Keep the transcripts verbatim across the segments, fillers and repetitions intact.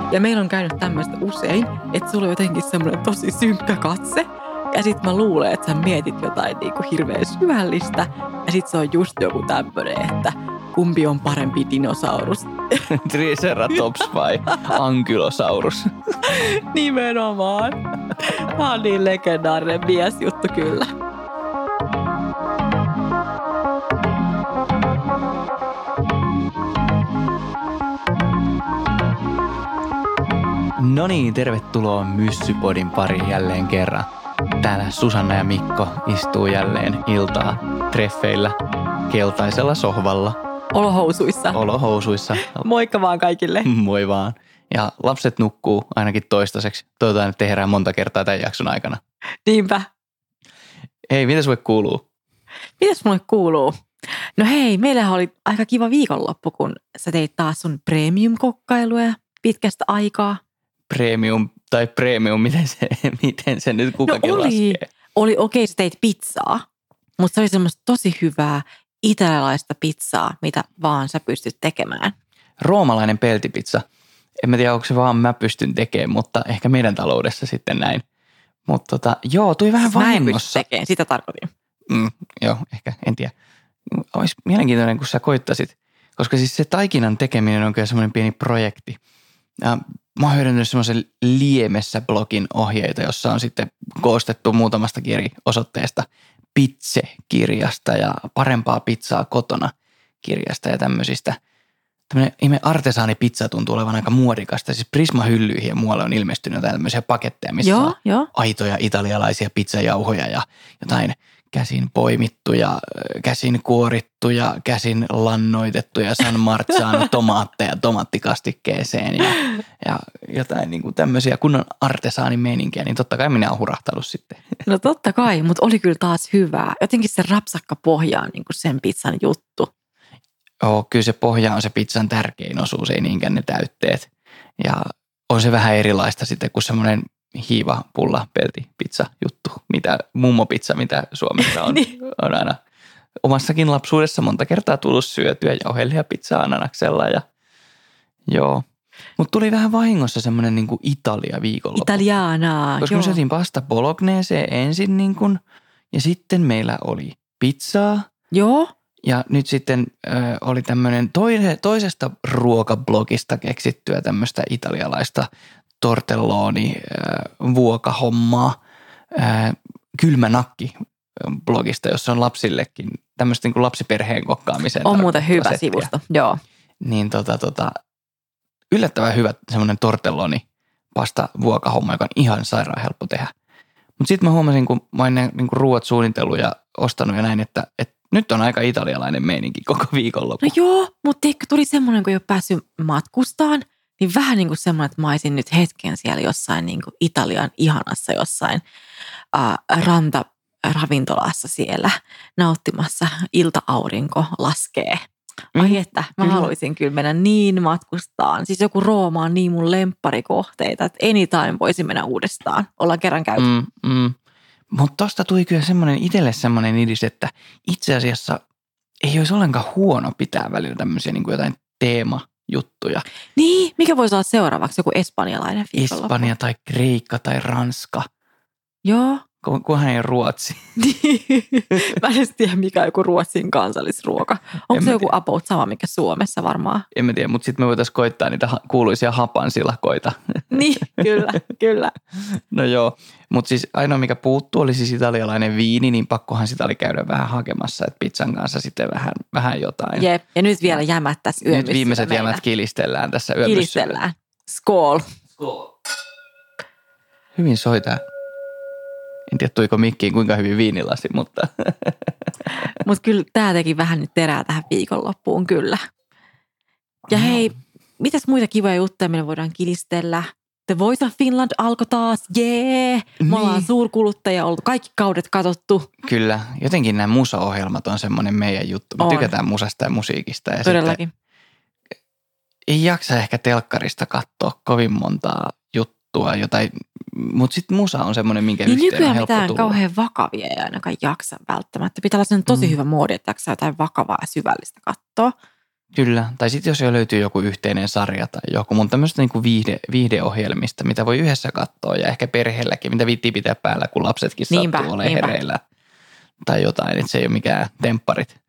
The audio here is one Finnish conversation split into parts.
Ja meillä on käynyt tämmöistä usein, että sulla on jotenkin semmoinen tosi synkkä katse. Ja sit mä luulen, että sä mietit jotain niinku hirveän syvällistä. Ja sit se on just joku tämmöinen, että kumpi on parempi dinosaurus. Triceratops vai Ankylosaurus? Nimenomaan. Mä oon niin legendaarinen miesjuttu kyllä. No niin, tervetuloa Myssypodin pariin jälleen kerran. Täällä Susanna ja Mikko istuu jälleen iltaa treffeillä keltaisella sohvalla. Olohousuissa. Olohousuissa. Moikka vaan kaikille. Moi vaan. Ja lapset nukkuu ainakin toistaiseksi. Toivotaan, että herää monta kertaa tämän jakson aikana. Niinpä. Hei, mitä sulle kuuluu? Mitäs mulle kuuluu? No hei, meillähän oli aika kiva viikonloppu, kun sä teit taas sun premium-kokkailuja pitkästä aikaa. Premium tai premium, miten se, miten se nyt kukakin no oli, laskee? Oli okei, sä teit pizzaa, mutta se oli semmoista tosi hyvää italialaista pizzaa, mitä vaan sä pystyt tekemään. Roomalainen peltipizza. En mä tiedä, onko se vaan mä pystyn tekemään, mutta ehkä meidän taloudessa sitten näin. Mutta tota, joo, tuli vähän Mä en pysty vahingossa. tekemään, sitä tarkoitin. Mm, joo, ehkä, en tiedä. Olisi mielenkiintoinen, kun sä koittasit, koska siis se taikinan tekeminen on kyllä semmoinen pieni projekti. Ja mä oon hyödyntänyt semmoisen liemessä blogin ohjeita, jossa on sitten koostettu muutamasta eri osoitteesta Pitse-kirjasta ja parempaa pizzaa kotona kirjasta ja tämmöisistä. Tämmöinen ihme artesaanipizza tuntuu olevan aika muodikasta. Siis Prisma-hyllyihin ja muualle on ilmestynyt tämmöisiä paketteja, missä Joo, on jo. aitoja italialaisia pizzajauhoja ja jotain käsin poimittuja, käsin kuorittuja, käsin lannoitettuja San Marzano tomaatteja tomaattikastikkeeseen ja, ja jotain niin kuin tämmöisiä kunnon artesaanimeininkiä, niin totta kai minä olen hurahtanut sitten. No totta kai, mutta oli kyllä taas hyvää. Jotenkin se rapsakka pohja on niin kuin sen pizzan juttu. Joo, kyllä se pohja on se pizzan tärkein osuus, ei niinkään ne täytteet. Ja on se vähän erilaista sitten kuin semmoinen hiiva, pulla, pelti, pizza juttu, mitä mummopizza, mitä Suomessa on, niin. on aina omassakin lapsuudessa monta kertaa tullut syötyä jauhelia pizzaa ananaksella ja joo. Mutta tuli vähän vahingossa semmoinen niinku Italia viikonloppu. Italianaa, Koska joo. me syötiin pasta bolognese ensin niin kun, ja sitten meillä oli pizzaa. Joo. Ja nyt sitten ö, oli tämmöinen toise, toisesta ruokablogista keksittyä tämmöistä italialaista tortelloni äh, vuokahommaa äh, kylmänakki blogista, jossa on lapsillekin tämmöistä niin kuin lapsiperheen kokkaamiseen. On muuten hyvä settiä. sivusto, joo. Niin tota, tota, yllättävän hyvä semmoinen tortelloni pasta vuokahomma, joka on ihan sairaan helppo tehdä. Mutta sitten mä huomasin, kun mä oon ne niin kuin ruuat suunnitellut ja ostanut ja näin, että, että nyt on aika italialainen meininki koko viikonloppu. No joo, mutta eikö tuli semmoinen, kun ei ole päässyt matkustaan, niin vähän niin kuin semmoinen, että mä olisin nyt hetken siellä jossain niin kuin Italian ihanassa jossain äh, rantaravintolassa siellä nauttimassa. Ilta-aurinko laskee. Ai että, mä kyllä. haluaisin kyllä mennä niin matkustaan. Siis joku Rooma on niin mun lempparikohteita, että anytime voisi mennä uudestaan. Ollaan kerran käyty. Mm, mm. Mutta tosta tuli kyllä semmoinen itselle semmoinen idis, että itse asiassa ei olisi ollenkaan huono pitää välillä tämmöisiä niin kuin jotain teemajuttuja. Niin, mikä voisi olla seuraavaksi? Joku espanjalainen viikonloppu. Espanja tai Kreikka tai Ranska, Joo. Ku- kunhan ei ole Ruotsi. Mä en edes tiedä, mikä on joku Ruotsin kansallisruoka. Onko En se mä joku tiedä. about sama, mikä Suomessa varmaan? En mä tiedä, mutta sitten me voitaisiin koittaa niitä ha- kuuluisia hapansilakoita. Niin, kyllä, kyllä. No joo, mutta siis ainoa mikä puuttuu oli siis italialainen viini, niin pakkohan sitä oli käydä vähän hakemassa, että pizzan kanssa sitten vähän, vähän jotain. Jep, ja nyt vielä jämät tässä yömyssyllä Nyt viimeiset meillä. jämät kilistellään tässä yömyssyllä. Kilistellään. Skål. Hyvin soi tää. En tiedä, tuiko mikkiin kuinka hyvin viinilasi, mutta Mutta kyllä tämä teki vähän nyt terää tähän viikonloppuun, kyllä. Ja No. hei, mitäs muita kivoja juttuja meillä voidaan kilistellä? The Voice of Finland alkoi taas, jee! Me Niin. ollaan suurkuluttajia oltu, kaikki kaudet katsottu. kyllä. Jotenkin nämä musaohjelmat on semmoinen meidän juttu. Me On. tykätään musasta ja musiikista. Ja Todellakin. sitten ei jaksa ehkä telkkarista katsoa kovin montaa juttua, jotain, mutta sitten musa on semmoinen, minkä Niin yhteen on nykyään helppo mitään tulla. kauhean vakavia ei ainakaan jaksa välttämättä. Pitää olla sellainen tosi Mm. hyvä moodi, että jaksaa jotain vakavaa ja syvällistä katsoa. Kyllä, tai sitten jos jo löytyy joku yhteinen sarja tai joku, mutta tämmöistä niinku viihde, viihdeohjelmista, mitä voi yhdessä katsoa ja ehkä perheelläkin, mitä viittii pitää päällä, kun lapsetkin Niinpä, sattuu olemaan niinpä. hereillä tai jotain, että se ei ole mikään tempparit.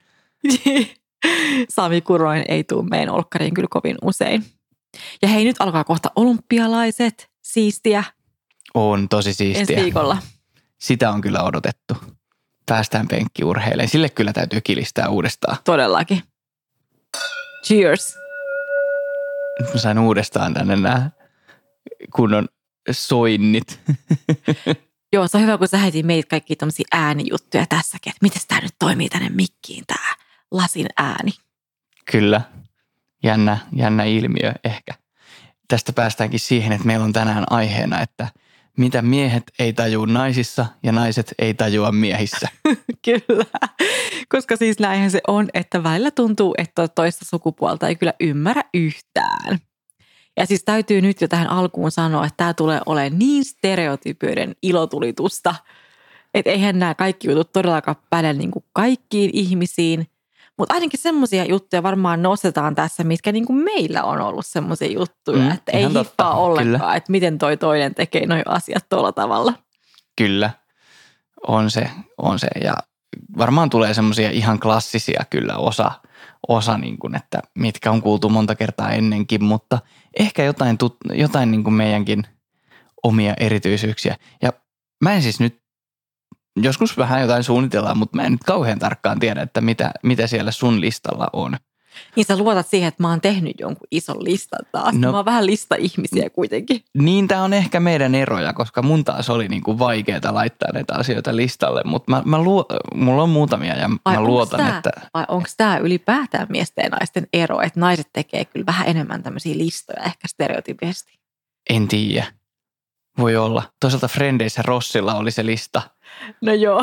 Sami Kuroinen ei tule meidän olkkariin kyllä kovin usein. Ja hei, nyt alkaa kohta olympialaiset, siistiä, On tosi ensi siistiä. viikolla. Sitä on kyllä odotettu. Päästään penkkiurheilemaan. Sille kyllä täytyy kilistää uudestaan. Todellakin. Cheers. Nyt mä sain uudestaan tänne nämä kunnon soinnit. Joo, se on hyvä, kun sä heitit meitä kaikki tämmöisiä äänijuttuja tässäkin, että miten tämä nyt toimii tänne mikkiin, tämä lasin ääni. Kyllä. Jännä, jännä ilmiö ehkä. Tästä päästäänkin siihen, että meillä on tänään aiheena, että mitä miehet ei tajua naisissa ja naiset ei tajua miehissä. Kyllä, koska siis näinhän se on, että välillä tuntuu, että toista sukupuolta ei kyllä ymmärrä yhtään. Ja siis täytyy nyt jo tähän alkuun sanoa, että tämä tulee olemaan niin stereotypioiden ilotulitusta, että eihän nämä kaikki jutut todellakaan päde niin kuin kaikkiin ihmisiin. Mutta ainakin semmoisia juttuja varmaan nostetaan tässä, mitkä niin kuin meillä on ollut semmoisia juttuja, Mm, että ei ihan totta, hiffaa ollenkaan, kyllä. että miten toi toinen tekee nuo asiat tuolla tavalla. Kyllä, on se, on se. Ja varmaan tulee semmoisia ihan klassisia kyllä osa, osa niin kuin, että mitkä on kuultu monta kertaa ennenkin, mutta ehkä jotain, tut, jotain niin kuin meidänkin omia erityisyyksiä. Ja mä en siis nyt, joskus vähän jotain suunnitellaan, mutta mä en nyt kauhean tarkkaan tiedä, että mitä, mitä siellä sun listalla on. Niin sä luotat siihen, että mä oon tehnyt jonkun ison listan taas. No. Mä oon vähän lista-ihmisiä kuitenkin. Niin, tämä on ehkä meidän eroja, koska mun taas oli niin kuin vaikeaa laittaa näitä asioita listalle, mutta mä, mä luo, mulla on muutamia ja Ai, mä onks luotan, tää, että Vai onko tämä ylipäätään miesten ja naisten ero, että naiset tekee kyllä vähän enemmän tämmöisiä listoja ehkä stereotypisesti? en tiedä. Voi olla. Toisaalta Frendeissä Rossilla oli se lista. No joo.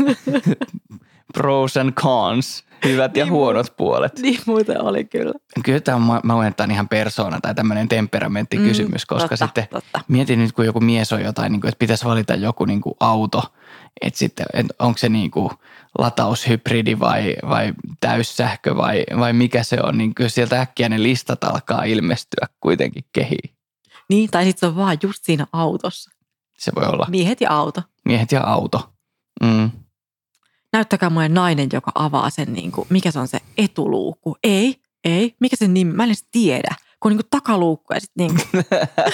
Pros and cons. Hyvät ja Niin huonot puolet. Niin muuten oli kyllä. Kyllä tämä, mä, mä luulen, että tämä on ihan persoona tai tämmöinen temperamenttikysymys, Mm, koska totta, sitten totta. mietin nyt, kun joku mies on jotain, niin kuin, että pitäisi valita joku niin kuin auto, että sitten että onko se niin kuin lataushybridi vai, vai täyssähkö vai, vai mikä se on, niin kyllä sieltä äkkiä ne listat alkaa ilmestyä kuitenkin kehiin. Niin, tai sitten se on vaan just siinä autossa. Se voi olla Miehet ja auto. miehet ja auto. Mm. Näyttäkää mulle nainen, joka avaa sen, niin kuin, mikä se on se etuluukku. Ei, ei, mikä sen nimi, mä en edes tiedä. Kun on niin kuin takaluukku ja sitten niin kuin...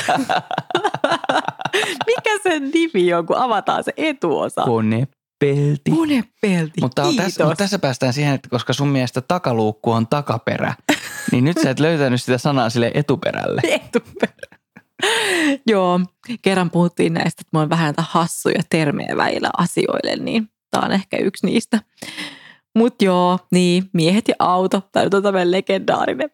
mikä sen nimi on, kun avataan se etuosa? Konepelti. Konepelti, Mutta, kiitos. tässä, mutta tässä päästään siihen, että koska sun mielestä takaluukku on takaperä, niin nyt sä et löytänyt sitä sanaa sille etuperälle. Etuperä. Joo, kerran puhuttiin näistä, että mulla on vähän näitä hassuja termejä väillä asioille, niin tää on ehkä yksi niistä. Mut joo, niin, miehet ja auto, tää nyt on tämmöinen legendaarinen.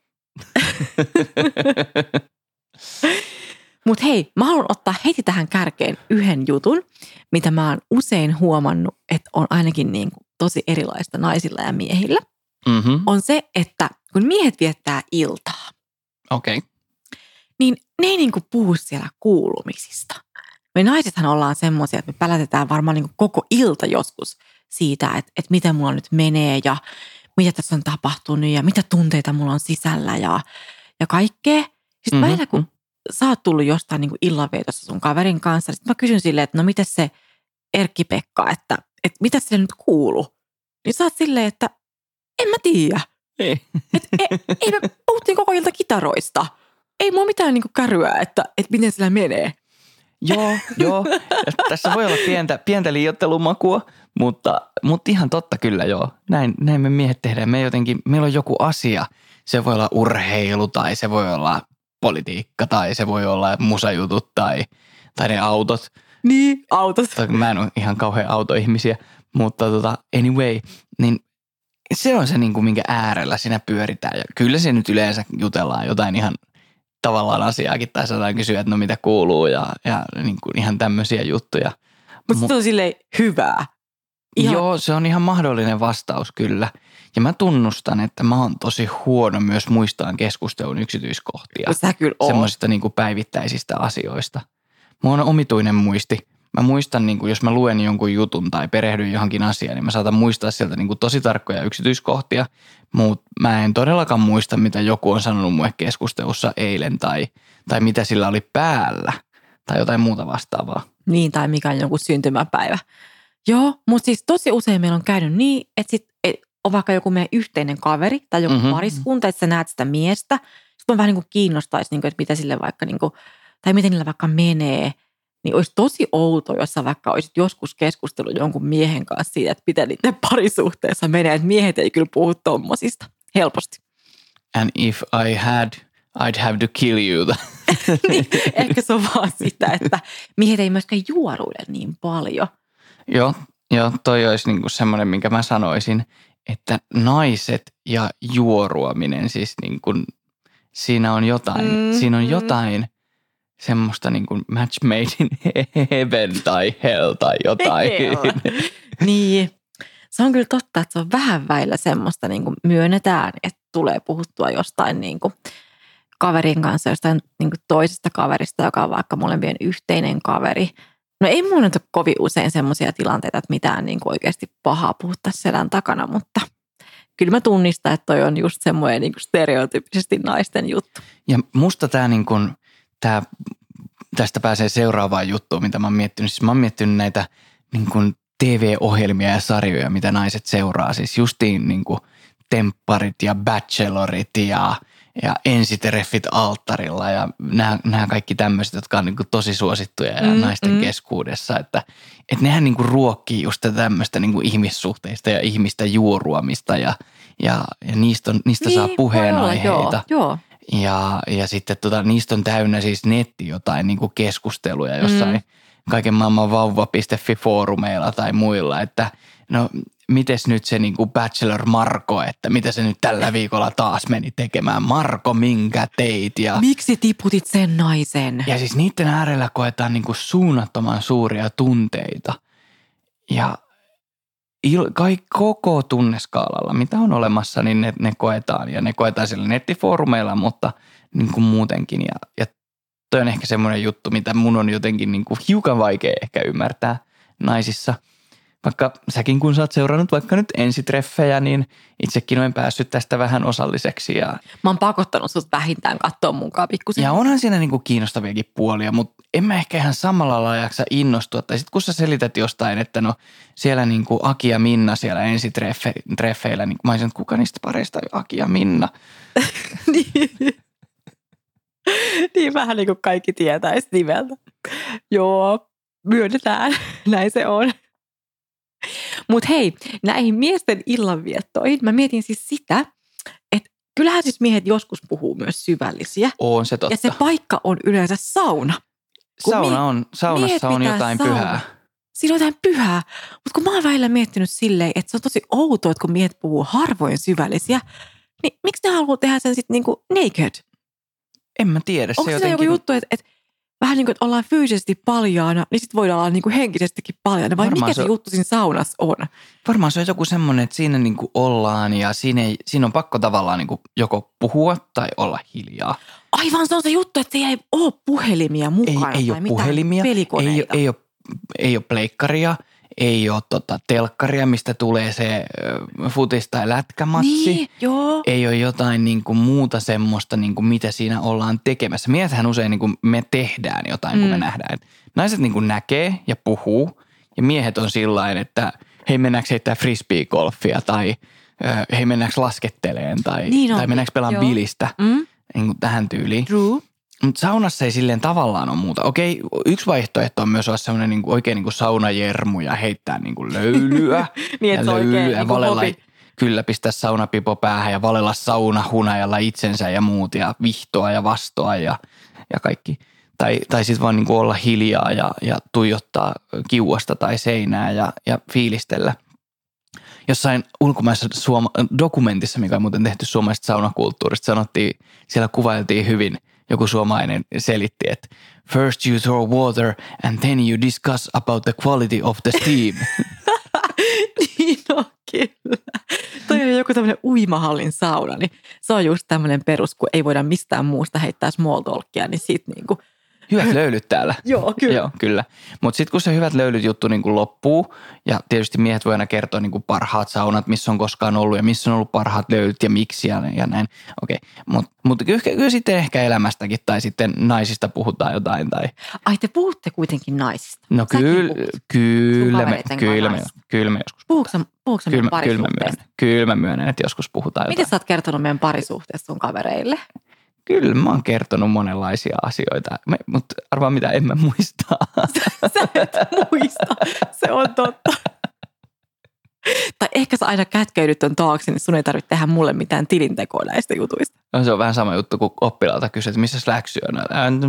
Mut hei, mä haluan ottaa heti tähän kärkeen yhden jutun, mitä mä oon usein huomannut, että on ainakin niin kuin tosi erilaista naisilla ja miehillä. Mm-hmm. On se, että kun miehet viettää iltaa, Okei. Okay. niin ne ei niin kuin puhu siellä kuulumisista. Me naisethan ollaan semmoisia, että me pälätetään varmaan niin kuin koko ilta joskus siitä, että, että miten mulla nyt menee ja mitä tässä on tapahtunut ja mitä tunteita mulla on sisällä ja, ja kaikkea. Sitten Mhm. välillä, kun sä oot tullut jostain niin kuin illanvietossa sun kaverin kanssa, sitten mä kysyn silleen, että no miten se Erkki-Pekka, että, että mitä sille nyt kuuluu? Niin sä oot silleen, että en mä tiedä. Ei. Et, ei, ei me puhuttiin koko ilta kitaroista. Ei mulla mitään niinku käryä, että, että miten sillä menee. Joo, joo. Tässä voi olla pientä, pientä liioittelumakua, mutta, mutta ihan totta kyllä joo. Näin, näin me miehet tehdään. Me jotenkin, meillä on joku asia. Se voi olla urheilu tai se voi olla politiikka tai se voi olla musajutut tai, tai ne autot. Niin, autos. Mä en ole ihan kauhean autoihmisiä, mutta tota, anyway, niin se on se niin kuin minkä äärellä siinä pyöritään. Ja kyllä se nyt yleensä jutellaan jotain ihan tavallaan asiaakin tai saadaan kysyä, että no mitä kuuluu ja, ja niin kuin ihan tämmöisiä juttuja. Mutta se on silleen hyvää. Ihan. Joo, se on ihan mahdollinen vastaus kyllä. Ja mä tunnustan, että mä oon tosi huono myös muistaan keskustelun yksityiskohtia. Sä kyllä oot. Semmoisista niin kuin päivittäisistä asioista. Mulla on omituinen muisti. mä muistan, niin kuin, jos mä luen jonkun jutun tai perehdyn johonkin asiaan, niin mä saatan muistaa sieltä niin kuin tosi tarkkoja yksityiskohtia, mutta mä en todellakaan muista, mitä joku on sanonut mulle keskustelussa eilen tai, tai mitä sillä oli päällä tai jotain muuta vastaavaa. Niin, tai mikä on joku syntymäpäivä. Joo, mutta siis tosi usein meillä on käynyt niin, että sit et, on vaikka joku meidän yhteinen kaveri tai joku mm-hmm. pariskunta, että sä näet sitä miestä. Sitten on vähän niin kuin kiinnostaisi, niin kuin, että mitä sille vaikka, niin kuin, tai miten niillä vaikka menee. Niin olisi tosi outo, jos sä vaikka olisit joskus keskustellut jonkun miehen kanssa siitä, että miten niiden parisuhteessa menee. Että miehet ei kyllä puhu tommosista helposti. And if I had, I'd have to kill you. Niin, ehkä se on vaan sitä, että miehet ei myöskään juoruile niin paljon. Joo, joo, toi olisi niinku semmoinen, minkä mä sanoisin, että naiset ja juoruaminen, siis niinku, siinä on jotain, mm-hmm. siinä on jotain semmoista niinku match made in heaven tai hell tai jotain. Niin, se on kyllä totta, että se on vähän väillä semmoista, niin kuin myönnetään, että tulee puhuttua jostain niin kuin kaverin kanssa, jostain niin kuin toisesta kaverista, joka on vaikka molempien yhteinen kaveri. No ei mulla nyt ole kovin usein semmoisia tilanteita, että mitään niin kuin oikeasti pahaa puhuttaisiin selän takana, mutta kyllä mä tunnistan, että toi on just semmoinen niin kuin stereotyyppisesti naisten juttu. Ja musta tämä niin kuin, tää, tästä pääsee seuraavaan juttuun, mitä mä oon miettinyt. Siis mä oon miettinyt näitä niin kuin T V-ohjelmia ja sarjoja, mitä naiset seuraa. Siis justiin niin kuin tempparit ja bachelorit ja, ja ensitreffit alttarilla ja nämä, nämä kaikki tämmöiset, jotka on niin kuin tosi suosittuja ja mm, naisten mm. keskuudessa. Että, että nehän niin kuin ruokkii just tämmöistä niin kuin ihmissuhteista ja ihmistä juoruamista ja, ja, ja niistä, on, niistä niin, saa puheenaiheita. Joo, joo. Ja, ja sitten tota, niistä on täynnä siis netti jotain niin kuin keskusteluja jossain mm. kaiken maailman vauva piste fi-foorumeilla tai muilla, että no mites nyt se niin kuin Bachelor Marko, että mitä se nyt tällä viikolla taas meni tekemään. Marko, minkä teit? Ja, miksi tiputit sen naisen? Ja siis niiden äärellä koetaan niin kuin suunnattoman suuria tunteita ja il, kai koko tunneskaalalla, mitä on olemassa, niin ne, ne koetaan ja ne koetaan siellä nettifoorumeilla, mutta niin kuin muutenkin ja, ja toi on ehkä semmoinen juttu, mitä mun on jotenkin niin kuin hiukan vaikea ehkä ymmärtää naisissa. Vaikka säkin kun sä oot seurannut vaikka nyt ensitreffejä, niin itsekin olen päässyt tästä vähän osalliseksi. Ja mä oon pakottanut sut vähintään katsoa munkaan pikkusen. Ja onhan siinä niin kuin kiinnostaviakin puolia, mutta en mä ehkä ihan samalla lailla jaksa innostua. Tai sit kun sä selität jostain, että no siellä niin kuin Aki ja Minna siellä ensitreffeillä, niin mä olisin, että kuka niistä pareista on Aki ja Minna? Niin. Niin vähän niin kuin kaikki tietäisi nimeltä. Joo, myönnetään. Näin se on. Mutta hei, näihin miesten illanviettoihin mä mietin siis sitä, että kyllähän siis miehet joskus puhuu myös syvällisiä. On se totta. Ja se paikka on yleensä sauna. Kun Sauna on, saunassa on jotain sauna. Pyhää. Siinä on jotain pyhää. Mutta kun mä oon välillä miettinyt silleen, että se on tosi outoa, että kun miehet puhuu harvoin syvällisiä, niin miksi ne haluaa tehdä sen sitten niinku naked? En mä tiedä. Onko se jotenkin joku juttu, että, että vähän niin kuin, että ollaan fyysisesti paljaana, niin sitten voidaan olla niin kuin henkisestikin paljaana. Vai varmaan mikä se, se juttu siinä saunassa on? Varmaan se on joku semmoinen, että siinä niin kuin ollaan ja siinä, ei, siinä on pakko tavallaan niin kuin joko puhua tai olla hiljaa. Aivan, se on se juttu, että ei ole puhelimia mukana. Ei, ei ole puhelimia, ei, ei, ole, ei ole pleikkaria, ei ole tota telkkaria, mistä tulee se futis- tai lätkämatsi. Niin, joo. Ei ole jotain niin kuin muuta semmoista, niin kuin mitä siinä ollaan tekemässä. Miehethän usein niin kuin me tehdään jotain, mm. kun me nähdään. Naiset niin kuin näkee ja puhuu ja miehet on sillain, että hei mennäänkö heittää frisbee-golfia tai hei mennäänkö lasketteleen tai, niin tai mennäänkö pelaan bilistä mm. niin kuin tähän tyyliin. True. Mutta saunassa ei silleen tavallaan ole muuta. Okei, yksi vaihtoehto on myös olla semmoinen niinku, oikein niinku saunajermu ja heittää niinku löylyä. Niin, ja löylyä ja valella, kyllä pistää saunapipo päähän ja valella saunahunajalla itsensä ja muut ja vihtoa ja vastoa ja, ja kaikki. Tai, tai sitten vaan niinku olla hiljaa ja, ja tuijottaa kiuasta tai seinää ja, ja fiilistellä. Jossain ulkomaisessa suoma- dokumentissa, mikä on muuten tehty suomalaisesta saunakulttuurista, sanottiin, siellä kuvailtiin hyvin – joku suomalainen selitti, että first you throw water and then you discuss about the quality of the steam. Niin on kyllä. Toi on joku tämmöinen uimahallin sauna, niin se on just tämmöinen perus, kun ei voida mistään muusta heittää small talkia, niin sit niinku hyvät löylyt täällä. Joo, kyllä. Joo, kyllä. Mutta sitten kun se hyvät löylyt juttu niin kuin loppuu, ja tietysti miehet voi aina kertoa niin kuin parhaat saunat, missä on koskaan ollut ja missä on ollut parhaat löylyt ja miksi ja, ja näin. Okei, mutta mut kyllä, kyllä sitten ehkä elämästäkin tai sitten naisista puhutaan jotain. Tai... Ai te puhutte kuitenkin naisista. No kyllä, kyllä, me, kyllä, me, kyllä me joskus puhuuko sä, puhuuko sä meidän kyllä, parisuhteesta? Kyllä mä myönnän, että joskus puhutaan jotain. Miten sä oot kertonut meidän parisuhteesta sun kavereille? Kyllä mä oon kertonut monenlaisia asioita, mutta arvaa mitä, en mä muista. Sä et muista, se on totta. Tai ehkä sä aina kätkeydyt ton taakse, niin sun ei tarvitse tehdä mulle mitään tilintekoa näistä jutuista. No, se on vähän sama juttu, kun oppilaalta kysyt, että missä läksy on.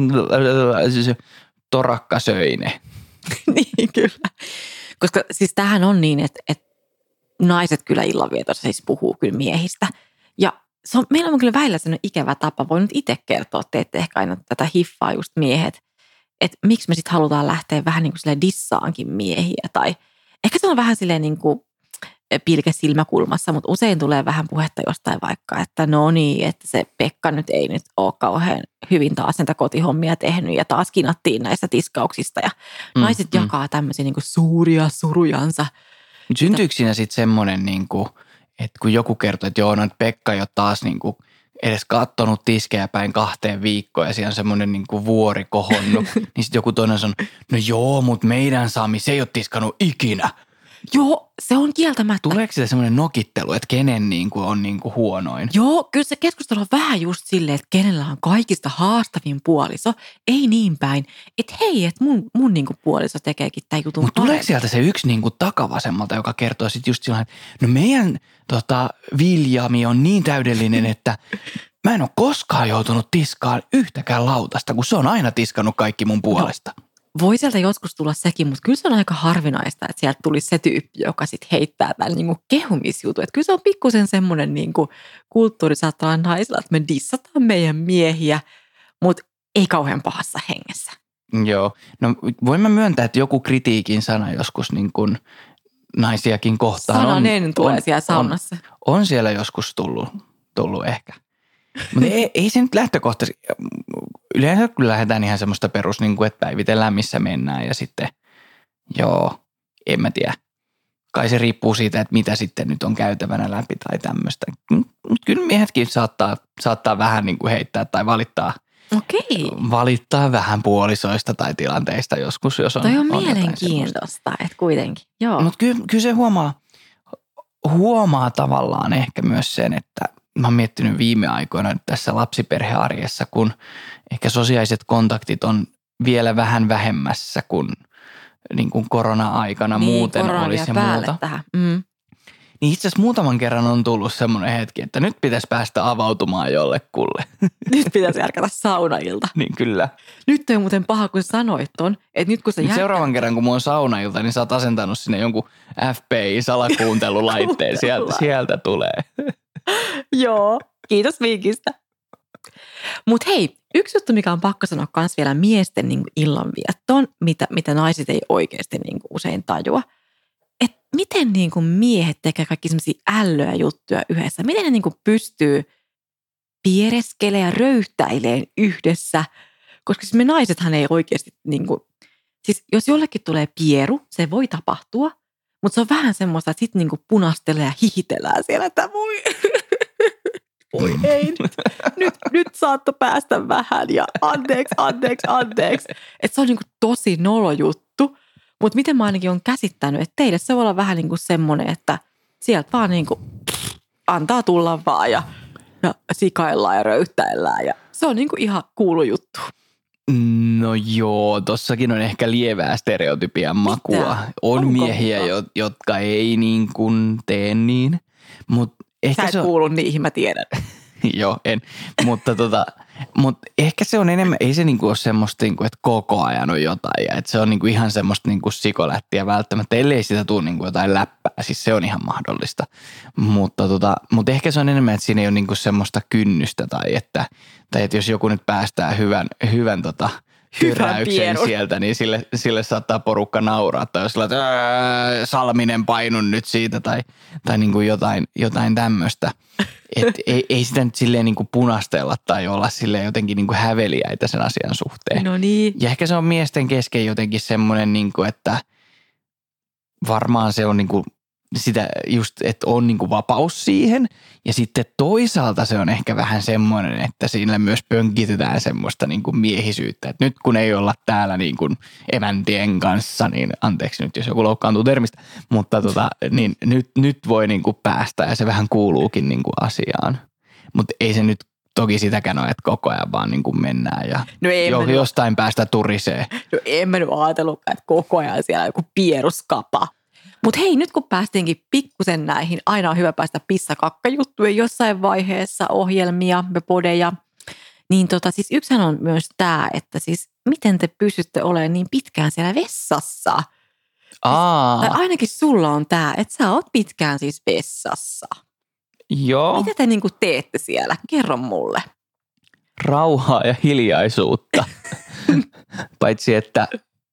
Torakka söi ne. Niin kyllä. Koska siis tämähän on niin, että, että naiset kyllä illanvietossa siis puhuu kyllä miehistä. Ja se on, meillä on kyllä välillä sellainen ikävä tapa. Voin nyt itse kertoa, te ette ehkä aina tätä hiffaa just miehet. Että miksi me sitten halutaan lähteä vähän niin kuin silleen dissaankin miehiä. Tai ehkä se on vähän silleen niin kuin pilke silmäkulmassa, mutta usein tulee vähän puhetta jostain vaikka, että no niin, että se Pekka nyt ei nyt ole kauhean hyvin taas näitä kotihommia tehnyt ja taas kinattiin näistä tiskauksista ja mm, naiset mm. jakaa tämmöisiä niin kuin suuria surujansa. Syntyykö siinä sitten semmoinen, niin kuin, että kun joku kertoo, että joo, no Pekka ei ole taas niin kuin edes kattonut tiskejä päin kahteen viikkoon ja siellä on semmoinen niin kuin vuori kohonnut, niin sitten joku toinen sanoo, no joo, mutta meidän Sami, se ei ole tiskannut ikinä. Joo, se on kieltämättä. Tuleeko sitä semmoinen nokittelu, että kenen niin kuin on niin kuin huonoin? Joo, kyllä se keskustelu on vähän just silleen, että kenellä on kaikista haastavin puoliso. Ei niin päin, että hei, että mun, mun niin kuin puoliso tekeekin tämän jutun. Mutta tuleeko sieltä se yksi niin kuin takavasemmalta, joka kertoo sitten just silloin, että no meidän tota, Viljami on niin täydellinen, että mä en ole koskaan joutunut tiskaan yhtäkään lautasta, kun se on aina tiskannut kaikki mun puolesta. No. Voi sieltä joskus tulla sekin, mutta kyllä se on aika harvinaista, että sieltä tulisi se tyyppi, joka sitten heittää tämän niin kuin kehumisjutu. Että kyllä se on pikkusen semmoinen niin kuin kulttuuri saattaa olla naisilla, että me dissataan meidän miehiä, mutta ei kauhean pahassa hengessä. Joo, no voin mä myöntää, että joku kritiikin sana joskus niin kuin naisiakin kohtaan. Sananen on, tulee on, siellä saunassa. On, on siellä joskus tullut, tullut ehkä. Mutta ei, ei se nyt lähtökohtaisesti, yleensä kun lähdetään ihan semmoista perus, niin kuin, että päivitellään missä mennään ja sitten joo, en mä tiedä. Kai se riippuu siitä, että mitä sitten nyt on käytävänä läpi tai tämmöistä. Mutta kyllä miehetkin saattaa, saattaa vähän niin kuin heittää tai valittaa. Okei. Valittaa vähän puolisoista tai tilanteista joskus, jos on. Toi on, on mielenkiintoista, että kuitenkin, joo. Mutta kyllä, kyllä se huomaa, huomaa tavallaan ehkä myös sen, että mä oon miettinyt viime aikoina tässä lapsiperhearjessa, kun ehkä sosiaaliset kontaktit on vielä vähän vähemmässä kuin, niin kuin korona-aikana niin, muuten olisi ja muuta. Tähän. Mm. Niin itse asiassa muutaman kerran on tullut semmoinen hetki, että nyt pitäisi päästä avautumaan jollekulle. Nyt pitäisi järkätä saunailta. Niin kyllä. Nyt on muuten paha, kun sanoit ton, että nyt kun sä järkät... Seuraavan kerran, kun mulla on saunailta, niin sä oot asentanut sinne jonkun F B I-salakuuntelulaitteen. sieltä, sieltä tulee. Joo, kiitos vinkistä. Mutta hei, yksi juttu, mikä on pakko sanoa myös vielä miesten niin kuin illanviettoon, mitä, mitä naiset ei oikeasti niin kuin usein tajua. Että miten niin kuin miehet tekee kaikki sellaisia ällöjä juttuja yhdessä. Miten ne niin kuin pystyy piereskelemään ja röyhtäilemään yhdessä. Koska siis me naisethan ei oikeasti, niin kuin, siis jos jollekin tulee pieru, se voi tapahtua. Mutta se on vähän semmoista, että sitten niin kuin punastelee ja hihitellään siellä, että voi... Voi ei, nyt, nyt, nyt saatto päästä vähän ja anteeksi, anteeksi, anteeksi. Että se on niinku tosi nolo juttu, mutta miten mä ainakin olen käsittänyt, että teille se voi olla vähän niinku semmoinen, että sieltä vaan niinku antaa tulla vaan ja, ja sikaillaan ja röyhtäillään ja se on niinku ihan kuulu juttu. No joo, tossakin on ehkä lievää stereotypian makua. Mitä? On Onko miehiä, jo, jotka ei niin kuin tee niin, mutta ehkä sä et se on... kuulu niihin, mä tiedän. Joo, en. Mutta tota, mut ehkä se on enemmän, ei se niinku ole semmoista, niinku, että koko ajan on jotain. Ja että se on niinku ihan semmoista niinku sikolättiä välttämättä, ellei sitä tule niinku jotain läppää. Siis se on ihan mahdollista. Mutta tota, mut ehkä se on enemmän, että siinä ei ole niinku semmoista kynnystä tai että, tai että jos joku nyt päästää hyvän, hyvän tota, hyräyksen sieltä, niin sille, sille saattaa porukka nauraa. Tai jos sillä Salminen painun nyt siitä tai, tai niinku jotain, jotain tämmöistä. Et ei, ei sitä nyt silleen niin kuin punastella tai olla silleen jotenkin niin kuin häveliäitä sen asian suhteen. No niin. Ja ehkä se on miesten kesken jotenkin semmoinen, niin kuin, että varmaan se on niin kuin sitä just, että on niin kuin vapaus siihen. Ja sitten toisaalta se on ehkä vähän semmoinen, että siinä myös pönkitetään semmoista niin kuin miehisyyttä. Että nyt kun ei olla täällä niin kuin emäntien kanssa, niin anteeksi nyt jos joku loukkaantuu termistä, mutta tota, niin nyt, nyt voi niin kuin päästä ja se vähän kuuluukin niin kuin asiaan. Mutta ei se nyt toki sitäkään ole, että koko ajan vaan niin kuin mennään ja no jo, jostain päästä turisee. No en mä nyt ajatellutkaan, että koko ajan siellä on joku pieruskapa. Mutta hei, nyt kun päästiinkin pikkusen näihin, aina on hyvä päästä pissakakkajuttuja jossain vaiheessa, ohjelmia ja podeja. Niin tota, siis yksihän on myös tämä, että siis miten te pystytte olemaan niin pitkään siellä vessassa? Aa. Tai ainakin sulla on tämä, että sä oot pitkään siis vessassa. Joo. Mitä te niinku teette siellä? Kerro mulle. Rauhaa ja hiljaisuutta. Paitsi, että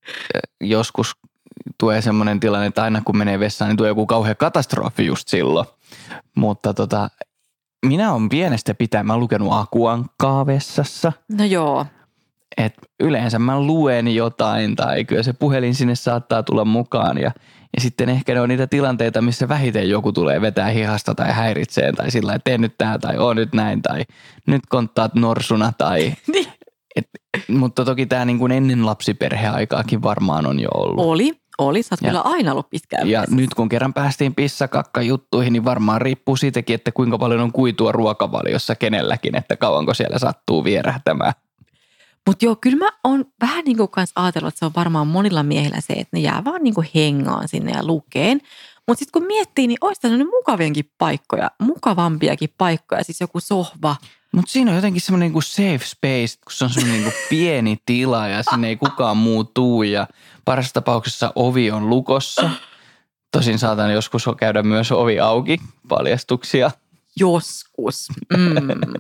joskus tulee semmoinen tilanne, että aina kun menee vessaan, niin tulee joku kauhea katastrofi just silloin. Mutta tota, minä olen pienestä pitäen, mä oon lukenut Akuankkaa vessassa. No joo. Et yleensä mä luen jotain tai kyllä se puhelin sinne saattaa tulla mukaan ja, ja sitten ehkä ne on niitä tilanteita, missä vähiten joku tulee vetää hihasta tai häiritsee tai sillä lailla, tee nyt tää tai oo nyt näin tai nyt konttaat norsuna tai... Niin. Et, mutta toki tämä niin kuin ennen lapsiperheaikaakin varmaan on jo ollut. Oli, oli. Sä oot ja, kyllä aina ollut pitkään Ja vessassa. nyt kun kerran päästiin pissakakkajuttuihin, niin varmaan riippuu siitäkin, että kuinka paljon on kuitua ruokavaliossa kenelläkin, että kauanko siellä sattuu vierähtämään. Mutta joo, kyllä mä oon vähän niin kuin kanssa ajatellut, että se on varmaan monilla miehillä se, että ne jää vaan niin kuin hengaan sinne ja lukeen. Mutta sitten kun miettii, niin olisi tällainen mukavienkin paikkoja, mukavampiakin paikkoja, siis joku sohva. Mutta siinä on jotenkin semmoinen niin safe space, kun se on semmoinen niin pieni tila ja sinne ei kukaan muu tuu ja parassa tapauksessa ovi on lukossa. Tosin saatan joskus käydä myös ovi auki, paljastuksia. Joskus, mm.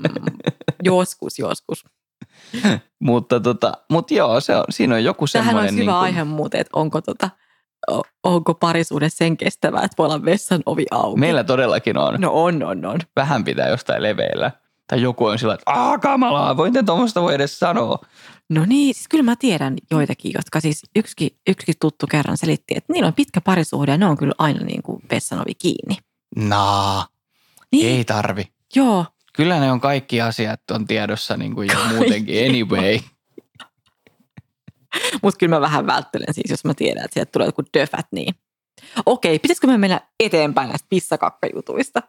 joskus, joskus. mutta tota, mut joo, se on, siinä on joku semmoinen. Tähän olisi hyvä niin kuin... aihe muuten, että onko, tota, onko parisuhde sen kestävää, että voi olla vessan ovi auki. Meillä todellakin on. No on, on, on. Vähän pitää jostain leveillä. Tai joku on sillä, että aah kamalaa, voin te tuommoista voi edes sanoa. No niin, siis kyllä mä tiedän joitakin, jotka siis yksikin, yksikin tuttu kerran selitti, että niillä on pitkä parisuhde ja ne on kyllä aina niin kuin vessan ovi kiinni. Naa, niin. Ei tarvi. Joo. Kyllä ne on kaikki asiat on tiedossa niin kuin jo muutenkin anyway. Mutta kyllä mä vähän välttelen siis, jos mä tiedän, että sieltä tulee joku döfät, niin okei, pitäisikö me mennä eteenpäin näistä pissakakkajutuista?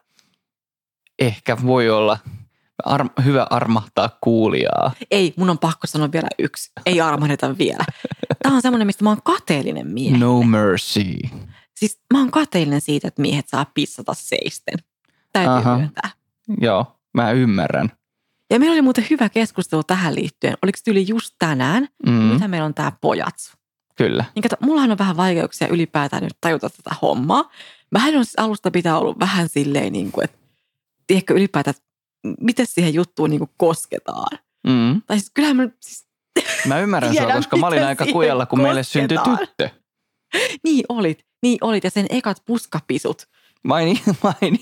Ehkä voi olla ar- hyvä armahtaa kuulijaa. Ei, mun on pakko sanoa vielä yksi. Ei armahdeta vielä. Tämä on semmoinen, mistä mä oon kateellinen miehelle. No mercy. Siis mä oon kateellinen siitä, että miehet saa pissata seisten. Täytyy Aha. myöntää. Joo, mä ymmärrän. Ja meillä oli muuten hyvä keskustelu tähän liittyen. Oliko tyyli just tänään? Mm. Nythän meillä on tää pojatsu. Kyllä. Niin kato, mullahan on vähän vaikeuksia ylipäätään nyt tajuta tätä hommaa. Vähän on siis alusta pitää ollut vähän silleen, niin kuin, että tiedätkö ylipäätään, että miten siihen juttuun niin kuin kosketaan. Mm. Tai siis kyllähän mä siis... Mä ymmärrän sua, koska mä olin aika kujalla, kun meille syntyi tyttö. Niin olit, niin olit ja sen ekat puskapisut. Mä olin, mä olin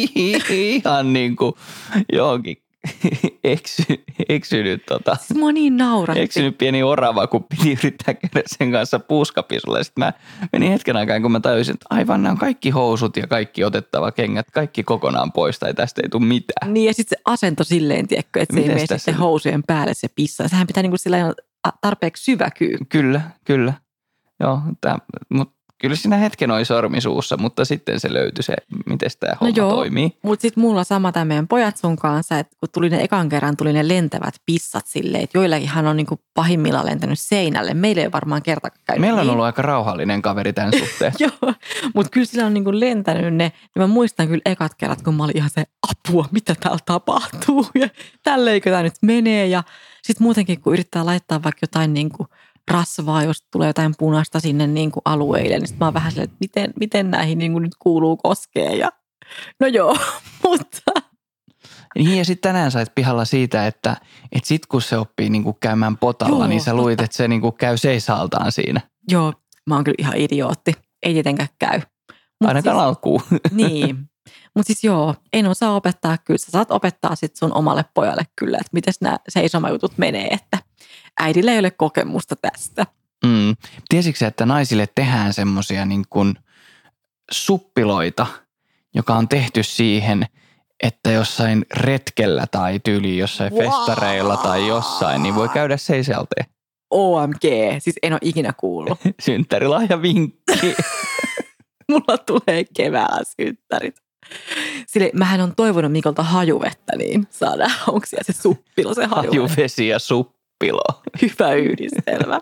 ihan niin kuin johonkin eksy, eksynyt, tota, Siis mua niin nauratti. eksynyt pieni orava, kun piti yrittää käydä sen kanssa puuskapisulla. Sitten mä menin hetken aikaan, kun mä tajusin, että aivan nämä on kaikki housut ja kaikki otettava kengät, kaikki kokonaan pois tai tästä ei tule mitään. Niin ja sitten se asento silleen, tiedätkö, että se Mites ei mene tässä? sitten housujen päälle se pissaa. Sehän pitää niinku sillä lailla tarpeeksi syvä kyy. Kyllä, kyllä. Joo, mutta kyllä siinä hetken oli sormi suussa, mutta sitten se löytyi se, miten tämä homma joo, toimii. Mutta sitten mulla sama tämä meidän pojat sun kanssa, että kun tuli ne ekan kerran, tuli ne lentävät pissat silleen, että joillakinhan on niinku pahimmillaan lentänyt seinälle. Meillä ei ole varmaan kertakaan käynyt Meillä on niin. ollut aika rauhallinen kaveri tämän suhteen. Joo, mutta kyllä sillä on niinku lentänyt ne. Ja mä muistan kyllä ekat kerrat, kun mä olin ihan se apua, mitä täällä tapahtuu. Ja tälleikö tämä nyt menee. Ja sitten muutenkin, kun yrittää laittaa vaikka jotain niinku rasvaa, jos tulee jotain punaista sinne niinku alueille, niin sitten mä oon vähän silleen, että miten, miten näihin niinku nyt kuuluu koskea. Ja no joo, mutta... Niin ja sitten tänään sait pihalla siitä, että et sit kun se oppii niinku käymään potalla, Joo, niin sä luit, totta. että se niinku käy seisaltaan siinä. Joo, mä oon kyllä ihan idiootti. Ei tietenkään käy. Mut Ainakaan siis, alkuun. niin, Mutta siis joo, en osaa opettaa kyllä. Sä saat opettaa sit sun omalle pojalle kyllä, että miten nämä seisomajutut menee, että äidillä ei ole kokemusta tästä. Mm. Tiesitkö sä, että naisille tehdään semmoisia niin kuin suppiloita, joka on tehty siihen, että jossain retkellä tai tyyliin jossain wow. festareilla tai jossain, niin voi käydä seiselteen. O M G, siis en ole ikinä kuullut. Synttärilahja vinkki. Mulla tulee keväällä synttärit. Sille mähän on toivonut Mikolta hajuvettä, niin saadaan, onko siellä se suppilo, se hajuvesi. Hajuvesi ja suppilo. Hyvä yhdistelmä.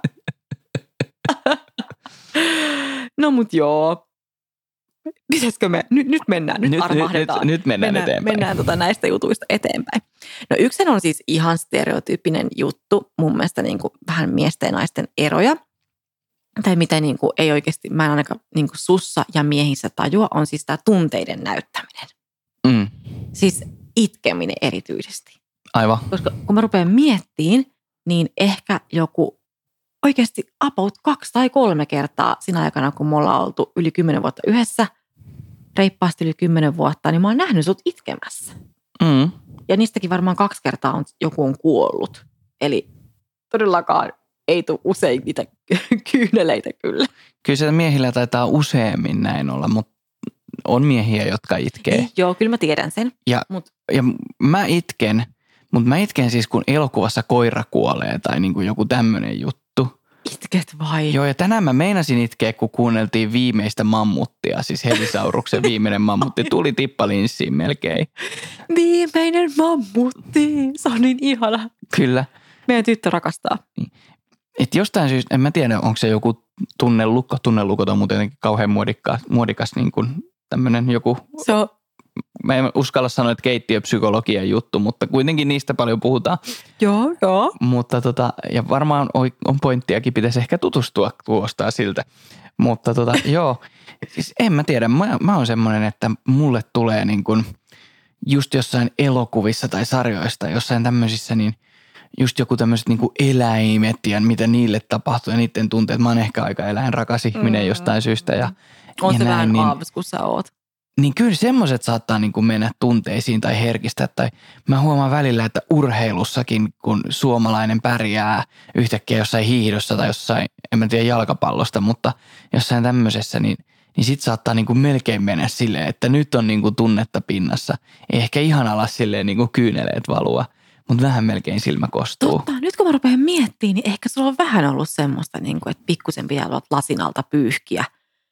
No mut joo. Pitäisikö me, nyt, nyt mennään, nyt, nyt armahdetaan. Nyt, nyt mennään, mennään eteenpäin. Mennään tota näistä jutuista eteenpäin. No yksi on siis ihan stereotyyppinen juttu, mun mielestä niin kuin vähän miesten ja naisten eroja. Tai mitä niin kuin ei oikeasti, mä en ainakaan niin kuin sussa ja miehissä tajua, on siis tämä tunteiden näyttäminen. Mm. Siis itkeminen erityisesti. Aivan. Koska kun mä rupean miettimään, niin ehkä joku oikeasti about kaksi tai kolme kertaa siinä aikana, kun me ollaan oltu yli kymmenen vuotta yhdessä, reippaasti yli kymmenen vuotta, niin mä oon nähnyt sut itkemässä. Mm. Ja niistäkin varmaan kaksi kertaa on, joku on kuollut. Eli todellakaan ei tule usein niitä kyyneleitä kyllä. Kyllä se miehillä taitaa useammin näin olla, mutta on miehiä, jotka itkee. Niin, joo, kyllä mä tiedän sen. Ja, Mut. ja mä itken, mutta mä itken siis kun elokuvassa koira kuolee tai niin kuin joku tämmöinen juttu. Itket vai? Joo, ja tänään mä meinasin itkeä, kun kuunneltiin viimeistä mammuttia, siis Hevisauruksen viimeinen mammutti. Tuli tippalinssiin melkein. Viimeinen mammutti, se on niin ihana. Kyllä. Meidän tyttö rakastaa. Niin. Et jostain syystä, en mä tiedä, onko se joku tunnelukko. Tunnelukot on muuten jotenkin kauhean muodikas, muodikas niin kuin tämmöinen joku... Se on... Mä en uskalla sanoa, että keittiöpsykologian juttu, mutta kuitenkin niistä paljon puhutaan. Joo, joo. Mutta tota, ja varmaan on pointtiakin, pitäisi ehkä tutustua, kuulostaa siltä. Mutta tota, joo, siis en mä tiedä, mä, mä oon semmoinen, että mulle tulee niin kuin just jossain elokuvissa tai sarjoista, jossain tämmöisissä, niin just joku tämmöiset niin kuin eläimet ja mitä niille tapahtuu ja niiden tunteet. Mä oon ehkä aika eläinrakas ihminen mm. jostain syystä. Ja, on ja se näin, vähän niin, aavis, kun sä oot. Niin kyllä semmoiset saattaa niin kuin mennä tunteisiin tai herkistää. Tai mä huomaan välillä, että urheilussakin, kun suomalainen pärjää yhtäkkiä jossain hiihdossa tai jossain, en mä tiedä jalkapallosta, mutta jossain tämmöisessä, niin, niin sit saattaa niin kuin melkein mennä silleen, että nyt on niin kuin tunnetta pinnassa. Ei ehkä ihan alas silleen niin kuin kyyneleet valua, mutta vähän melkein silmä kostuu. Totta, nyt kun mä rupean miettimään, niin ehkä sulla on vähän ollut semmoista, niin kuin, että pikkusen pitää olla lasin alta pyyhkiä.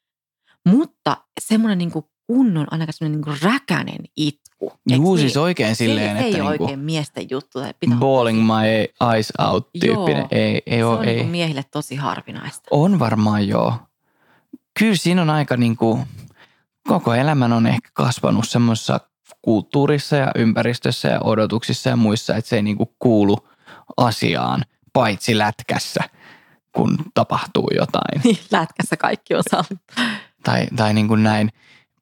Mutta semmoinen niin kuin kunnon ainakaan semmoinen niin kuin räkänen itku. Juu, siis oikein silleen, se, että se ei niin oikein miesten juttu. Pitää balling my eyes out -tyyppinen. Ei, ei se ole, on ei. niin kuin miehille tosi harvinaista. On varmaan joo. Kyllä siinä on aika niin kuin, koko elämän on ehkä kasvanut semmoisessa kulttuurissa ja ympäristössä ja odotuksissa ja muissa, että se ei niin kuin kuulu asiaan, paitsi lätkässä, kun tapahtuu jotain. Niin, lätkässä kaikki on sallittu. Tai, tai niin kuin näin.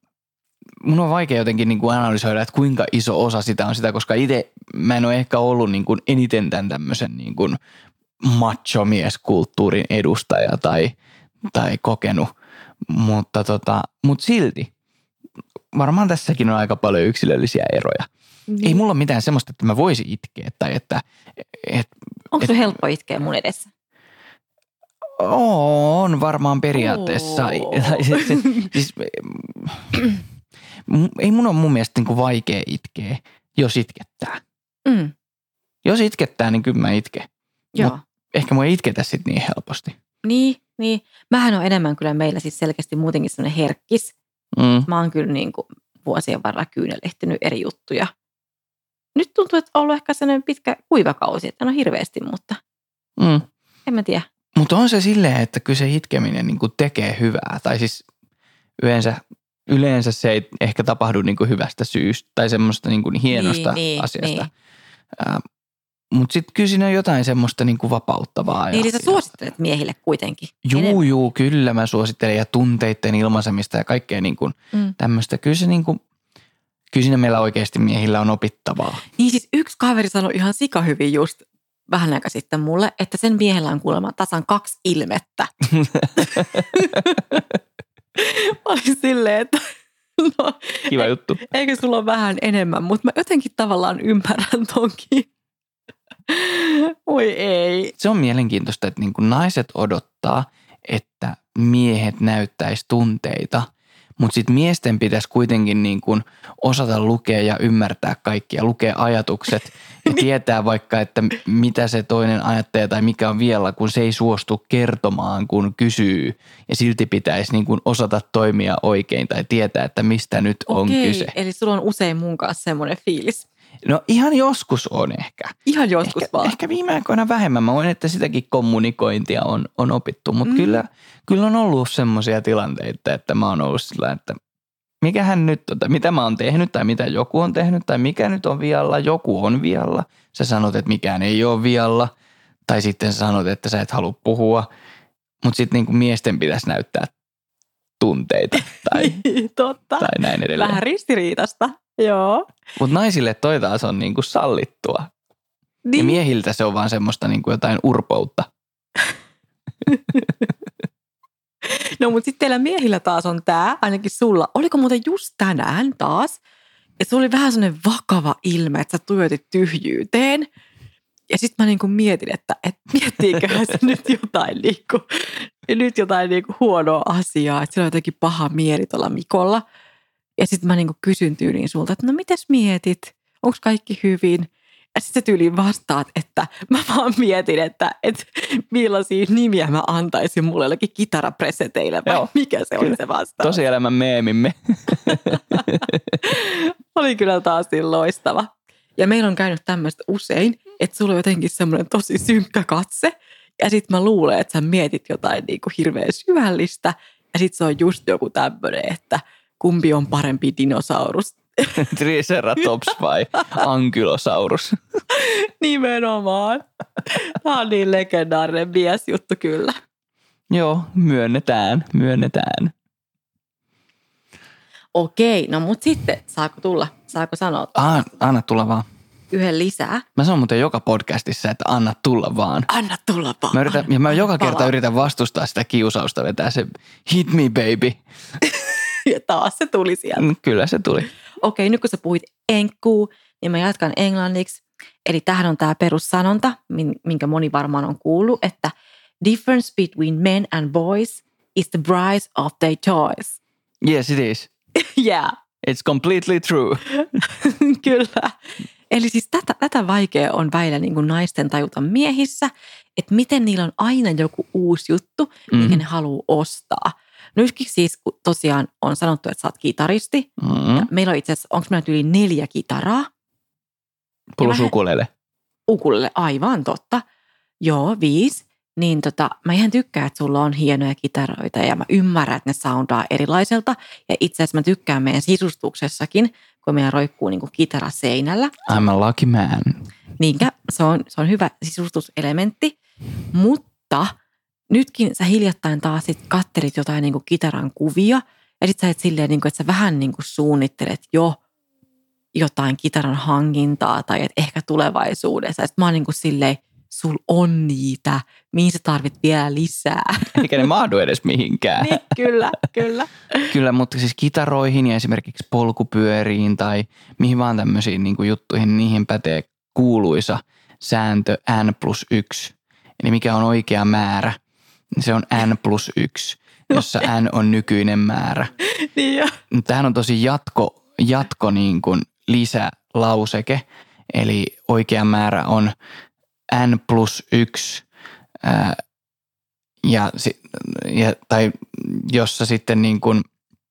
Mun on vaikea jotenkin niin kuin analysoida, että kuinka iso osa sitä on sitä, koska itse mä en ole ehkä ollut niin kuin eniten tämän tämmöisen niin kuin machomieskulttuurin edustaja tai, tai kokenut, mutta, tota, mutta silti varmaan tässäkin on aika paljon yksilöllisiä eroja. Niin. Ei mulla ole mitään semmoista, että mä voisin itkeä tai että... Et, Onko et, se helppo itkeä mun edessä? On varmaan periaatteessa. Oh. siis, ei mun ole mun mielestä niin kuin vaikea itkeä, jos itkettää. Mm. Jos itkettää, niin kyllä mä itken. Joo. Mut ehkä mua ei itketä sit niin helposti. Niin, niin. Mähän on enemmän kyllä meillä siis selkeästi muutenkin semmoinen herkkis. Mm. Mä oon kyllä niin kuin vuosien varrella kyynelehtynyt eri juttuja. Nyt tuntuu, että on ollut ehkä sellainen pitkä kuivakausi, että en ole hirveästi, mutta mm. en mä tiedä. Mutta on se silleen, että kyllä se itkeminen niin kuin tekee hyvää. Tai siis yleensä, yleensä se ei ehkä tapahdu niin kuin hyvästä syystä tai semmoista niin kuin hienosta niin, asiasta. Niin. Äh, Mutta sitten kyllä siinä on jotain semmoista niin kuin vapauttavaa. Niin, eli sä suosittelet miehille kuitenkin. Juu, enemmän. juu, kyllä mä suosittelen ja tunteiden ilmaisemista ja kaikkea niin kuin mm. tämmöistä. Kyllä se niin kuin, kyllä siinä meillä oikeasti miehillä on opittavaa. Niin siis yksi kaveri sanoi ihan sikahyvin just vähän aika sitten mulle, että sen miehellä on kuulemma tasan kaksi ilmettä. Mä olin silleen, että No, Kiva juttu. Eikö sulla ole vähän enemmän, mutta mä jotenkin tavallaan ymmärrän tonkin. Oi ei. Se on mielenkiintoista, että niin kuin naiset odottaa, että miehet näyttäisi tunteita, mutta sitten miesten pitäisi kuitenkin niin kuin osata lukea ja ymmärtää kaikkia, lukea ajatukset ja tietää vaikka, että mitä se toinen ajattelee tai mikä on vielä, kun se ei suostu kertomaan, kun kysyy ja silti pitäisi niin kuin osata toimia oikein tai tietää, että mistä nyt on Okei, kyse. Eli sulla on usein mun kanssa semmoinen fiilis. No ihan joskus on ehkä. Ihan joskus ehkä, vaan. Ehkä viime aikoina vähemmän. Mä voin, että sitäkin kommunikointia on, on opittu, mutta mm. kyllä, kyllä on ollut semmoisia tilanteita, että mä oon ollut sillä, että mikähän nyt, tota, mitä mä oon tehnyt tai mitä joku on tehnyt tai mikä nyt on vialla, joku on vialla. Sä sanot, että mikään ei ole vialla tai sitten sä sanot, että sä et halua puhua, mutta sitten niin miesten pitäisi näyttää tunteita tai, Totta. tai näin edelleen. Vähän ristiriitasta, joo. Mutta naisille toi taas on niinku sallittua. Niin. Ja miehiltä se on vaan semmoista niinku jotain urpoutta. No mutta sitten teillä miehillä taas on tää, ainakin sulla. Oliko muuten just tänään taas? Ja se oli vähän semmoinen vakava ilme, että sä tuijotit tyhjyyteen. Ja sitten mä niinku mietin, että et miettiiköhän se nyt jotain, niinku, nyt jotain niinku huonoa asiaa. Että sillä on jotenkin paha mieli tuolla Mikolla. Ja sitten mä niinku kysyn tyyliin sulta, että no mites mietit? Onko kaikki hyvin? Ja sitten sä tyyliin vastaat, että mä vaan mietin, että, että millaisia nimiä mä antaisin mulle jollekin kitarapreseteille vai Joo, mikä se oli se vastaus. Tosielämän meemimme. Oli kyllä taas niin loistava. Ja meillä on käynyt tämmöistä usein, että sulla on jotenkin semmoinen tosi synkkä katse. Ja sit mä luulen, että sä mietit jotain niinku hirveän syvällistä. Ja sit se on just joku tämmöinen, että kumpi on parempi dinosaurus. Triceratops vai Ankylosaurus? Nimenomaan. Tämä on niin legendaarinen miesjuttu kyllä. Joo, myönnetään, myönnetään. Okei, no mut sitten saako tulla, saako sanoa? Ah, anna tulla vaan. Yhden lisää. Mä sanon muuten joka podcastissa, että anna tulla vaan. Anna tulla vaan. Mä yritän, ja mä joka kerta palaa. yritän vastustaa sitä kiusausta, vetää se hit me baby. Ja taas se tuli sieltä. Kyllä se tuli. Okei, nyt kun sä puhuit enkkuu, niin mä jatkan englanniksi. Eli tähän on tämä perussanonta, minkä moni varmaan on kuullut, että difference between men and boys is the price of their choice. Yes, it is. Yeah. It's completely true. Kyllä. Eli siis tätä, tätä vaikea on väillä niin kuin naisten tajuta miehissä, että miten niillä on aina joku uusi juttu, mikä Mm-hmm. ne haluaa ostaa. Nytkin siis tosiaan on sanottu, että sä oot kitaristi. Mm-hmm. Ja meillä on itse asiassa, onko meillä yli neljä kitaraa? Plus mä- ukulele. Ukulele, aivan totta. Joo, viisi. Niin tota, mä ihan tykkään, että sulla on hienoja kitaroita ja mä ymmärrän, että ne soundaa erilaiselta. Ja itse asiassa mä tykkään meidän sisustuksessakin, kun meidän roikkuu niin kuin kitara seinällä. I'm a lucky man. Niinkä, se on, se on hyvä sisustuselementti. Mutta nytkin sä hiljattain taas sit kattelit jotain niin kuin kitaran kuvia. Ja sit sä et silleen, niin kuin, että sä vähän niin kuin suunnittelet jo jotain kitaran hankintaa tai että ehkä tulevaisuudessa. Sitten mä oon niin kuin silleen, sul on niitä, mihin sä tarvit vielä lisää. Eikä ne mahdu edes mihinkään. Niin, kyllä, kyllä. Kyllä, mutta siis kitaroihin ja esimerkiksi polkupyöriin tai mihin vaan tämmöisiin niin kuin juttuihin, niihin pätee kuuluisa sääntö n plus yksi. Eli mikä on oikea määrä, niin se on n plus yksi, jossa n on nykyinen määrä. Niin jo. Tämähän on tosi jatko, jatko niin kuin lisälauseke, eli oikea määrä on n plus yksi, ää, ja, ja, tai jossa sitten niin kuin,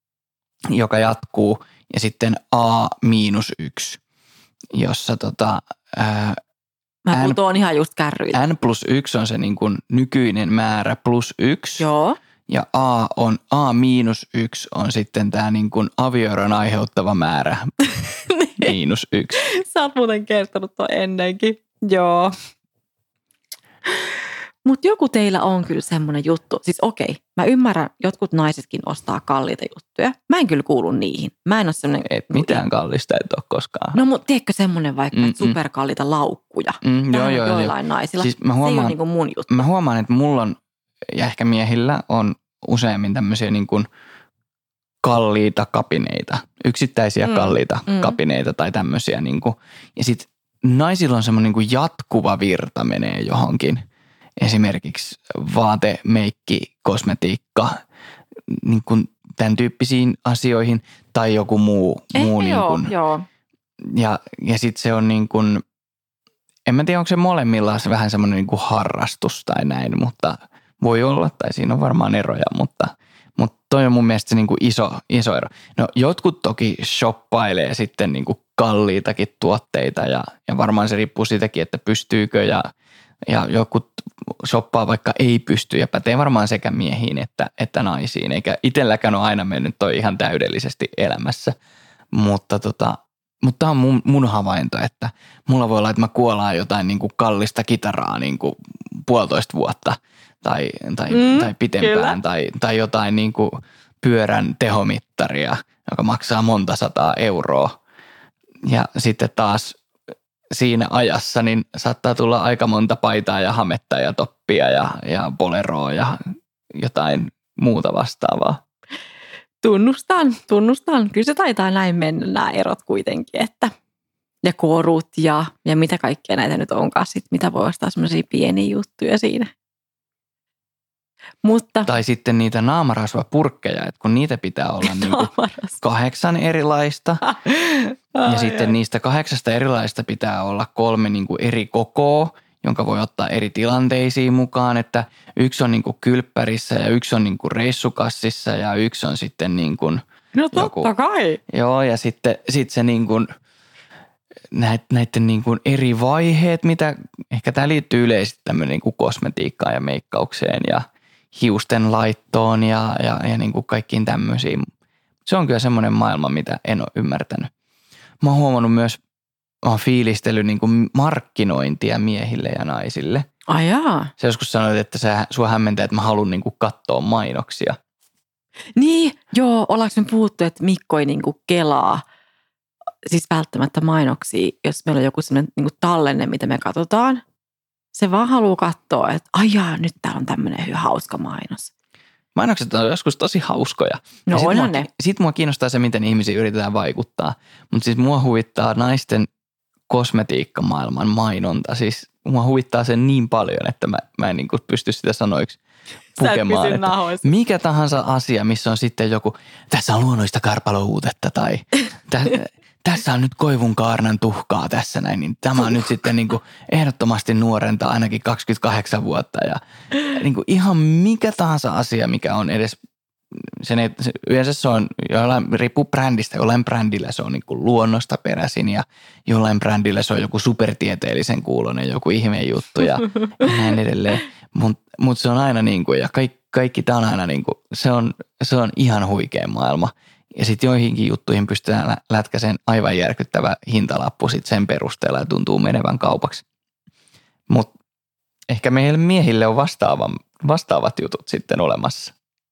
joka jatkuu, ja sitten a miinus yksi, jossa tota, ää, Mä N- putoon ihan just kärryiltä. n plus yksi on se niin kuin nykyinen määrä plus yksi. Joo. Ja A on, A miinus yksi on sitten tämä niin kuin avioeron aiheuttava määrä miinus yksi. Sä oot muuten kertonut tuon ennenkin. Joo. Mutta joku teillä on kyllä semmoinen juttu. Siis okei, mä ymmärrän, jotkut naisetkin ostaa kalliita juttuja. Mä en kyllä kuulu niihin. Mä en ole semmoinen... Et mitään kallista et ole koskaan. No mutta tiedätkö semmoinen vaikka Mm-mm. superkalliita laukkuja? Mm, joo, Tähän joo, on joo. joillain naisilla. Siis mä Se ei ole huomaan, niinku mun juttu. mä huomaan, että mulla on, ja ehkä miehillä on useammin tämmöisiä niin kuin kalliita kapineita, yksittäisiä Mm, kalliita mm. kapineita tai tämmöisiä. Niin kuin, ja sitten naisilla on semmoinen niin kuin jatkuva virta menee johonkin. Esimerkiksi vaate, meikki, kosmetiikka, niin kuin tämän tyyppisiin asioihin tai joku muu. Eh, muu niin joo, kuin, joo. ja ja sitten se on niin kuin, en mä tiedä onko se molemmilla se vähän semmoinen niin kuin harrastus tai näin, mutta voi olla tai siinä on varmaan eroja, mutta, mutta toi on mun mielestä se niin kuin iso, iso ero. No jotkut toki shoppailee sitten niin kuin kalliitakin tuotteita ja, ja varmaan se riippuu siitäkin, että pystyykö ja, ja jotkut shoppaa vaikka ei pysty ja pätee varmaan sekä miehiin että, että naisiin, eikä itselläkään ole aina mennyt toi ihan täydellisesti elämässä, mutta tota, mutta tämä on mun, mun havainto, että mulla voi olla, että mä kuolaan jotain niin kuin kallista kitaraa niin kuin puolitoista vuotta tai, tai, Mm, tai pitempään tai, tai jotain niin kuin pyörän tehomittaria, joka maksaa monta sataa euroa. Ja sitten taas siinä ajassa niin saattaa tulla aika monta paitaa ja hametta ja toppia ja, ja boleroa ja jotain muuta vastaavaa. Tunnustan, tunnustan. Kyllä se taitaa näin mennä nämä erot kuitenkin, että ja korut ja, ja mitä kaikkea näitä nyt onkaan sit, mitä voi ostaa semmoisia pieniä juttuja siinä. Mutta Tai sitten niitä naamarasvapurkkeja, että kun niitä pitää olla niin kuin kahdeksan erilaista ja sitten niistä kahdeksasta erilaista pitää olla kolme niin kuin eri kokoa, jonka voi ottaa eri tilanteisiin mukaan, että yksi on niin kuin kylppärissä ja yksi on niin kuin reissukassissa ja yksi on sitten niin kuin no totta joku, kai. joo ja sitten sit se niin kuin näiden niin kuin eri vaiheet, mitä ehkä tämä liittyy yleisesti tämmöinen niin kuin kosmetiikkaan ja meikkaukseen ja hiusten laittoon ja, ja, ja niin kuin kaikkiin tämmöisiin. Se on kyllä semmoinen maailma, mitä en ole ymmärtänyt. Mä oon huomannut myös, mä oon fiilistellyt niin kuin markkinointia miehille ja naisille. Ai jaa. Sä joskus sanoit, että sä, sua hämmentää, että mä haluan niin kuin katsoa mainoksia. Niin, joo, ollaanko me puhuttu, että Mikko ei niinku kelaa, siis välttämättä mainoksia, jos meillä on joku sellainen niinku tallenne, mitä me katsotaan. Se vaan haluaa katsoa, että aijaa, nyt täällä on tämmöinen hauska mainos. Mainokset on joskus tosi hauskoja. No sit onhan mua, ne. Sitten mua kiinnostaa se, miten ihmisiä yritetään vaikuttaa. Mutta siis mua huvittaa naisten kosmetiikkamaailman mainonta. Siis mua huvittaa sen niin paljon, että mä, mä en niin kuin pysty sitä sanoiksi pukemaan. Että mikä tahansa asia, missä on sitten joku, tässä on luonnollista karpalouutetta tai tä, tässä on nyt koivun kaarnan tuhkaa tässä näin. Niin tämä on nyt sitten niin kuin ehdottomasti nuorenta ainakin kaksikymmentäkahdeksan vuotta ja niin kuin ihan mikä tahansa asia, mikä on edes sen ei, se, yleensä se on, jollain, riippuu brändistä, jollain brändillä se on niin kuin luonnosta peräisin ja jollain brändillä se on joku supertieteellisen kuulonen, joku ihme juttu ja, ja näin edelleen. Mutta mut se on aina niin kuin, ja kaikki, kaikki tämä on aina niin kuin, se on, se on ihan huikea maailma. Ja sitten joihinkin juttuihin pystytään lätkäseen aivan järkyttävä hintalappu sit sen perusteella ja tuntuu menevän kaupaksi. Mutta ehkä meille miehille on vastaavan, vastaavat jutut sitten olemassa.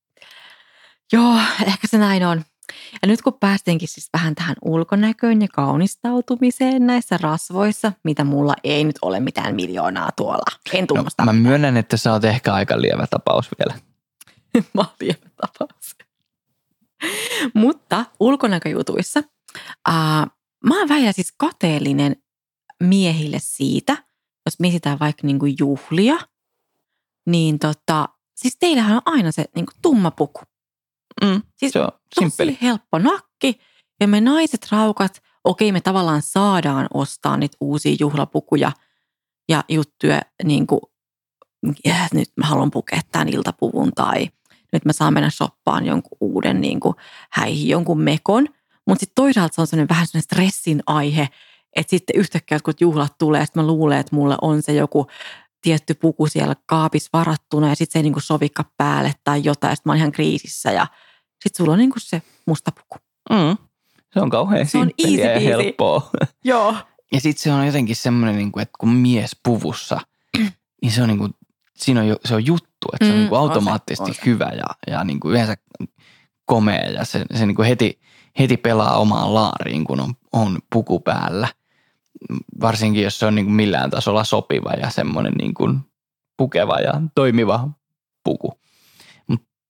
Joo, ehkä se näin on. Ja nyt kun päästiinkin siis vähän tähän ulkonäköön ja kaunistautumiseen näissä rasvoissa, mitä mulla ei nyt ole mitään miljoonaa tuolla. En tunnusta. No, mä myönnän, että sä oot ehkä aika lievä tapaus vielä. Mä oon lievä tapaus. Mutta ulkonäköjutuissa ää, mä oon vähän siis kateellinen miehille siitä, jos mietitään vaikka niinku juhlia, niin tota, siis teillähän on aina se niinku tumma puku. Mm, siis se on simppeli. Tosi helppo nakki ja me naiset raukat, okei me tavallaan saadaan ostaa niitä uusia juhlapukuja ja juttuja niin kuin, yeah, nyt mä haluan pukea tämän iltapuvun tai nyt mä saan mennä shoppaan jonkun uuden niin kuin, häihin, jonkun mekon. Mutta sitten toisaalta se on sellainen vähän sellainen stressin aihe, että sitten yhtäkkiä kun juhlat tulee, sitten mä luulen, että mulle on se joku tietty puku siellä kaapissa varattuna ja sitten se ei niin kuin sovikka päälle tai jotain. Sitten mä oon ihan kriisissä ja sitten sulla on niin kuin se musta puku. Mm. Se on kauhean se on simppeliä ja helppoa. Joo. Ja sitten se on jotenkin semmoinen, niin kuin, että kun mies puvussa, niin se on, niin kuin, siinä on, se on juttu, että se on mm, niin kuin automaattisesti on se, on hyvä ja, ja niin kuin yleensä komea ja se, se niin kuin heti, heti pelaa omaan laariin, kun on, on puku päällä. Varsinkin, jos se on niin kuin millään tasolla sopiva ja semmoinen niin kuin pukeva ja toimiva puku. Mut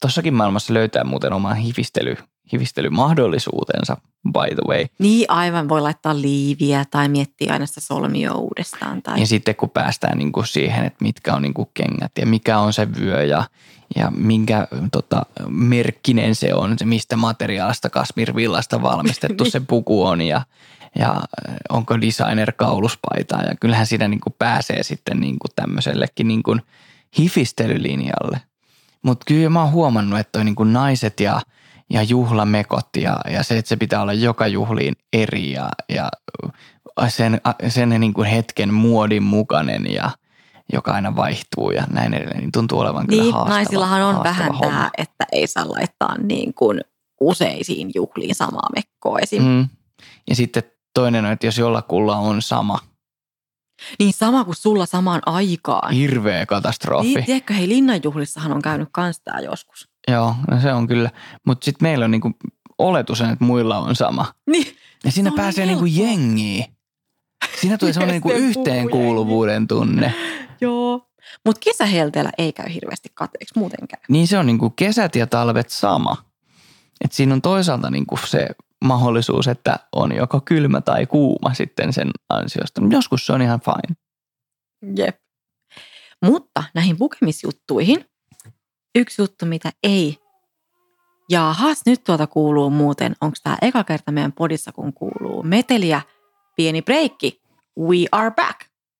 tossakin maailmassa löytää muuten oman hifistely, hifistelymahdollisuutensa, by the way. Niin, aivan voi laittaa liiviä tai miettiä aina sitä solmioa uudestaan. Tai... Ja sitten kun päästään niin kuin siihen, että mitkä on niin kuin kengät ja mikä on se vyö ja, ja minkä tota, merkkinen se on, se mistä materiaalista kasmirvillasta valmistettu se puku on ja, ja onko designer-kauluspaitaa. Ja kyllähän siinä niin kuin pääsee sitten niin kuin tämmöisellekin niin kuin hifistelylinjalle. Mutta kyllä mä oon huomannut, että toi niin kuin naiset ja ja juhlamekot ja, ja se, että se pitää olla joka juhliin eri ja, ja sen, sen niin kuin hetken muodin mukainen ja joka aina vaihtuu ja näin edelleen, niin tuntuu olevan kyllä niin, haastava. Naisillahan on haastava vähän homma. tämä, että ei saa laittaa niin kuin useisiin juhliin samaa mekkoa esim. Mm. Ja sitten toinen on, että jos jollakulla on sama. Niin sama kuin sulla samaan aikaan. Hirveä katastrofi. Niin, tiedätkö, hei Linnanjuhlissahan on käynyt kans tää joskus. Joo, no se on kyllä. Mutta sitten meillä on niinku oletus, että muilla on sama. Niin. Ja siinä pääsee niinku jengiin. Siinä tulee semmoinen niinku yhteenkuuluvuuden tunne. Joo. Mutta kesähelteellä ei käy hirveästi kateeksi muutenkään. Niin se on niinku kesät ja talvet sama. Että siinä on toisaalta niinku se mahdollisuus, että on joko kylmä tai kuuma sitten sen ansiosta. Joskus se on ihan fine. Jep. Mutta näihin pukemisjuttuihin yksi juttu, mitä ei. Jaahas, nyt tuota kuuluu muuten. Onko tämä eka kerta meidän podissa, kun kuuluu meteliä? Pieni breikki. We are back.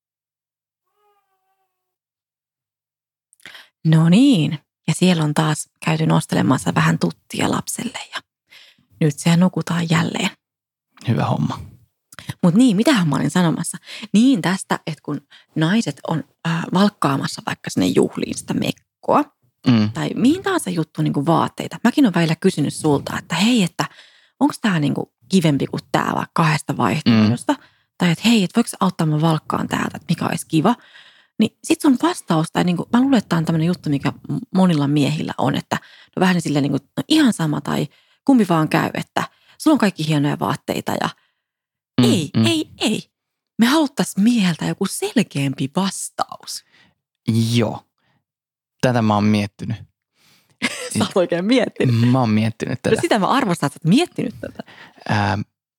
No niin. Ja siellä on taas käyty nostelemassa vähän tuttia lapselle ja nyt se nukutaan jälleen. Hyvä homma. Mutta niin, mitähän mä olin sanomassa? Niin tästä, että kun naiset on äh, valkkaamassa vaikka sinne juhliin sitä mekkoa, mm. tai mihin tahansa juttu niin kuin vaatteita. Mäkin olen välillä kysynyt sulta, että hei, että onko tämä niin kuin kivempi kuin tämä vaikka kahdesta vaihtoehdosta? Mm. Tai että hei, että voiko sä auttaa mä valkkaan täältä, että mikä olisi kiva? Niin sit sun vastaus, tai niin kuin, mä luulen, että tämä on tämmöinen juttu, mikä monilla miehillä on, että no vähän silleen niin kuin, no ihan sama tai kumpi vaan käy, että sulla on kaikki hienoja vaatteita ja mm, ei, mm. ei, ei. Me haluttaisiin mieheltä joku selkeämpi vastaus. Joo. Tätä mä oon miettinyt. Sä oot oikein miettinyt. Mä oon miettinyt tätä. No sitä mä arvostan, että sä oot miettinyt tätä. Ää,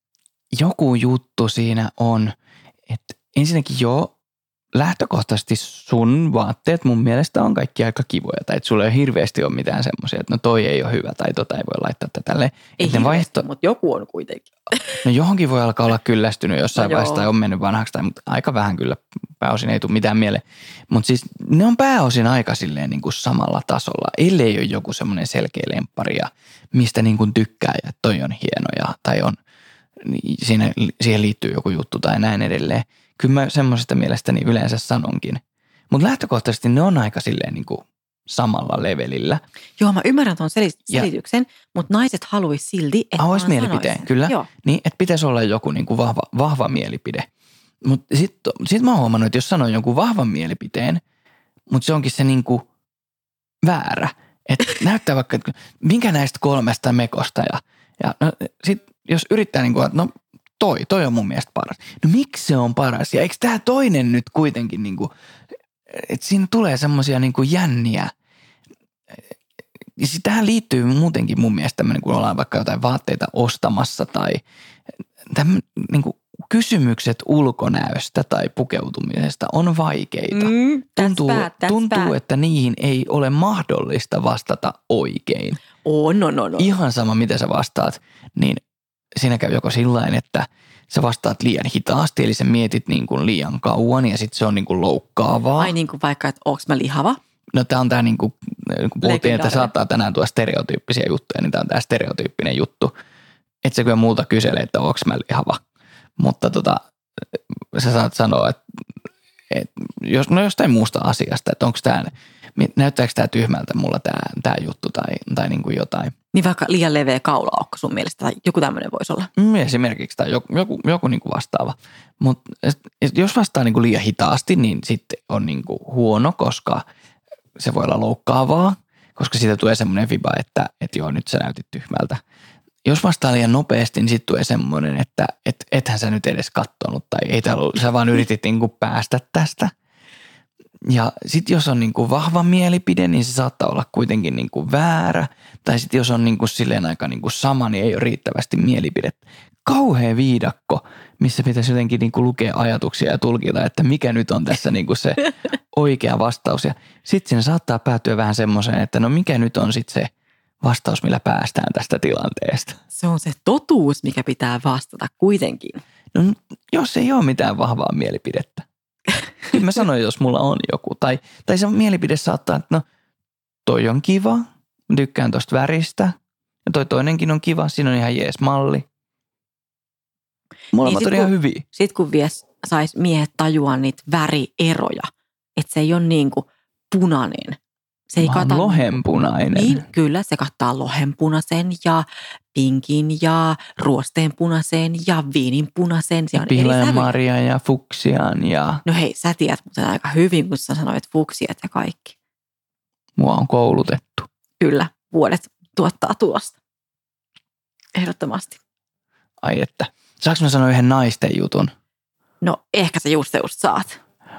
joku juttu siinä on, että ensinnäkin joo, lähtökohtaisesti sun vaatteet mun mielestä on kaikki aika kivoja. Tai että sulla ei hirveästi ole mitään semmoisia, että no toi ei ole hyvä tai tota ei voi laittaa tätä tälleen. Ei hirveästi, vaihto... mutta joku on kuitenkin. No johonkin voi alkaa olla kyllästynyt jossain no vaiheessa tai on mennyt vanhaksi, tai, mutta aika vähän kyllä pääosin ei tule mitään mieleen. Mutta siis ne on pääosin aika silleen niin kuin samalla tasolla, ellei ole joku semmoinen selkeä lemppari ja mistä niin kuin tykkää ja toi on hieno ja tai on, siinä, siihen liittyy joku juttu tai näin edelleen. Kyllä mä semmoisesta mielestäni yleensä sanonkin. Mutta lähtökohtaisesti ne on aika silleen niin kuin samalla levelillä. Joo, mä ymmärrän tuon sel- selityksen, mutta naiset haluaisi silti, että ah, olisi mielipiteen, kyllä. Joo. Niin, että pitäisi olla joku niin kuin vahva, vahva mielipide. Mutta sitten sit mä oon huomannut, että jos sanon jonkun vahvan mielipiteen, mutta se onkin se niin kuin väärä. Että näyttää vaikka, että minkä näistä kolmesta mekosta ja, ja no, sitten jos yrittää niin kuin, että no toi, toi on mun mielestä paras. No miksi se on paras? Ja eikö tämä toinen nyt kuitenkin niin kuin, että siinä tulee semmoisia niin kuin jänniä. Ja tähän liittyy muutenkin mun mielestä tämmöinen, kun ollaan vaikka jotain vaatteita ostamassa tai tämmöinen niin kuin kysymykset ulkonäöstä tai pukeutumisesta on vaikeita. Mm, tuntuu, bad, tuntuu bad. että niihin ei ole mahdollista vastata oikein. Oh, no, no, no. Ihan sama, mitä sä vastaat, niin siinä käy joko sillain, että sä vastaat liian hitaasti, eli sä mietit niin kuin liian kauan ja sitten se on niin kuin loukkaavaa. Ai niin kuin vaikka, että onko mä lihava? No tää on tää niin kuin, kun puhuttiin, että saattaa tänään tuoda stereotyyppisiä juttuja, niin tää on tää stereotyyppinen juttu. Et sä kyllä multa kysele, että onko mä lihava. Mutta tota, sä saat sanoa, että, että jos, no jostain muusta asiasta, että onko tää, näyttääkö tää tyhmältä mulla tää, tää juttu tai, tai niin kuin jotain. Niin vaikka liian leveä kaulaukko sun mielestä tai joku tämmöinen voisi olla. Mm, esimerkiksi tai joku, joku, joku niin kuin vastaava. Mutta jos vastaa niin kuin liian hitaasti, niin sitten on niin kuin huono, koska se voi olla loukkaavaa, koska siitä tulee semmoinen fiba, että, että joo, nyt sä näytit tyhmältä. Jos vastaa liian nopeasti, niin sitten tulee semmoinen, että et, ethän sä nyt edes kattonut tai ei täällä, sä vaan yritit niin kuin päästä tästä. Ja sitten jos on niin kuin vahva mielipide, niin se saattaa olla kuitenkin niin kuin väärä. Tai sitten jos on niin kuin silleen aika niin kuin sama, niin ei ole riittävästi mielipidettä. Kauhea viidakko, missä pitäisi jotenkin niin kuin lukea ajatuksia ja tulkita, että mikä nyt on tässä niin kuin se oikea vastaus. Ja sitten siinä saattaa päätyä vähän semmoiseen, että no mikä nyt on sitten se vastaus, millä päästään tästä tilanteesta. Se on se totuus, mikä pitää vastata kuitenkin. No jos ei ole mitään vahvaa mielipidettä. Kyllä mä sanoin, jos mulla on joku. Tai, tai se mielipide saattaa, että no toi on kiva, tykkään tosta väristä. Ja toi toinenkin on kiva, siinä on ihan jees malli. Molemmat niin on ihan hyviä. Sitten kun vies, sais miehet tajua niitä värieroja, että se ei ole niin kuin punainen. Se ei kata lohenpunainen. Niin, kyllä, se kattaa lohenpunaisen ja pinkin ja ruosteenpunaisen ja viininpunaisen. Se on Pihlänmarja ja fuksian ja... No hei, sä tiedät muuten aika hyvin, kun sä sanoit fuksiat ja kaikki. Mua on koulutettu. Kyllä, vuodet tuottaa tulosta. Ehdottomasti. Ai että. Saanko mä sanoa yhden naisten jutun? No ehkä sä just just saat.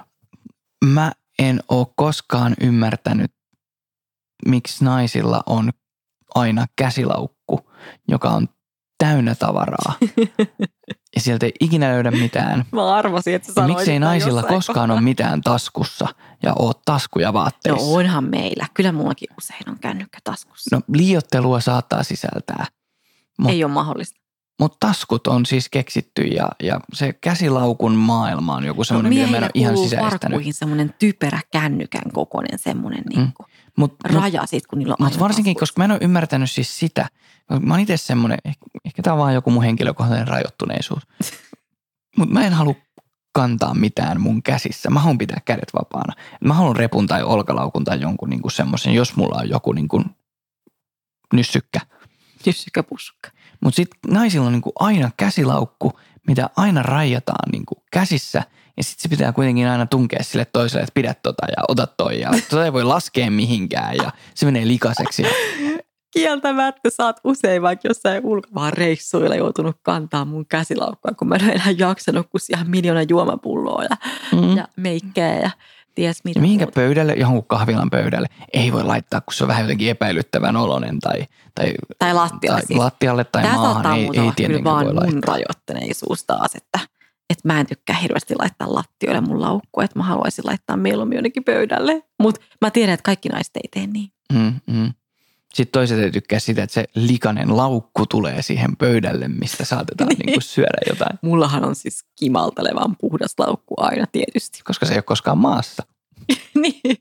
Mä en ole koskaan ymmärtänyt, miksi naisilla on aina käsilaukku, joka on täynnä tavaraa. Ja sieltä ei ikinä löydä mitään. Mä arvasin, että sä sanoit. Miksei naisilla koskaan kohta ole mitään taskussa ja ole taskuja vaatteissa? No onhan meillä. Kyllä mullakin usein on kännykkä taskussa. No liioittelua saattaa sisältää. Mut, ei ole mahdollista. Mutta taskut on siis keksitty ja, ja se käsilaukun maailma on joku semmoinen, no, mitä mä en ole ihan sisäistänyt. Farkkuihin semmoinen typerä kännykän kokoinen semmoinen niin kuin mm. mut, raja mut, siitä, kun niillä on Mutta varsinkin, koska mä en ole ymmärtänyt siis sitä. Mä oon itse semmoinen, ehkä, ehkä tämä on vaan joku mun henkilökohtainen rajoittuneisuus. Mutta mä en halua kantaa mitään mun käsissä. Mä haluan pitää kädet vapaana. Mä haluan repun tai olkalaukun tai jonkun niinku semmoisen, jos mulla on joku niinku nyssykkä. Nyssykkä pussukka. Mutta sitten naisilla on niinku aina käsilaukku, mitä aina raijataan niinku käsissä. Ja sitten se pitää kuitenkin aina tunkea sille toiselle, että pidä tota ja ota toi. Ja tota ei voi laskea mihinkään ja se menee likaiseksi. Kieltämättä sä oot usein vaikka jossain ulkomaan reissuilla joutunut kantaa mun käsilaukkua, kun mä en ole enää jaksanut, kun ihan miljoona juomapulloa ja, mm. ja meikkejä ja ties mitä. Mihinkä muuta. Pöydälle, johonkin kahvilan pöydälle, ei voi laittaa, kun se on vähän jotenkin epäilyttävän oloinen tai, tai, tai lattialle. Tai, siis. lattialle tai Tää maahan, ei, ei tietenkään vaan voi mun laittaa. rajoitteneisuus taas, että, että mä en tykkää hirveästi laittaa lattioille mun laukkua, että mä haluaisin laittaa mieluummin jonnekin pöydälle. Mutta mä tiedän, että kaikki naiset ei tee niin. Mm, mm. Sitten toiset ei tykkää sitä, että se likainen laukku tulee siihen pöydälle, mistä saatetaan niin. niinku syödä jotain. Mullahan on siis kimaltelevan puhdas laukku aina tietysti. Koska se ei ole koskaan maassa. Niin.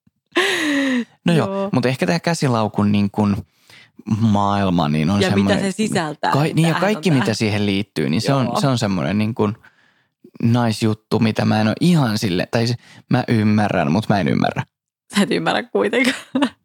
No joo, joo mutta ehkä tämä käsilaukun niin kuin maailma niin on ja semmoinen. Ja mitä se sisältää. Ka- niin ja kaikki mitä siihen liittyy, niin se on, se on semmoinen niin kuin naisjuttu, mitä mä en ole ihan sille, tai se, mä ymmärrän, mutta mä en ymmärrä. Sä et ymmärrä kuitenkaan.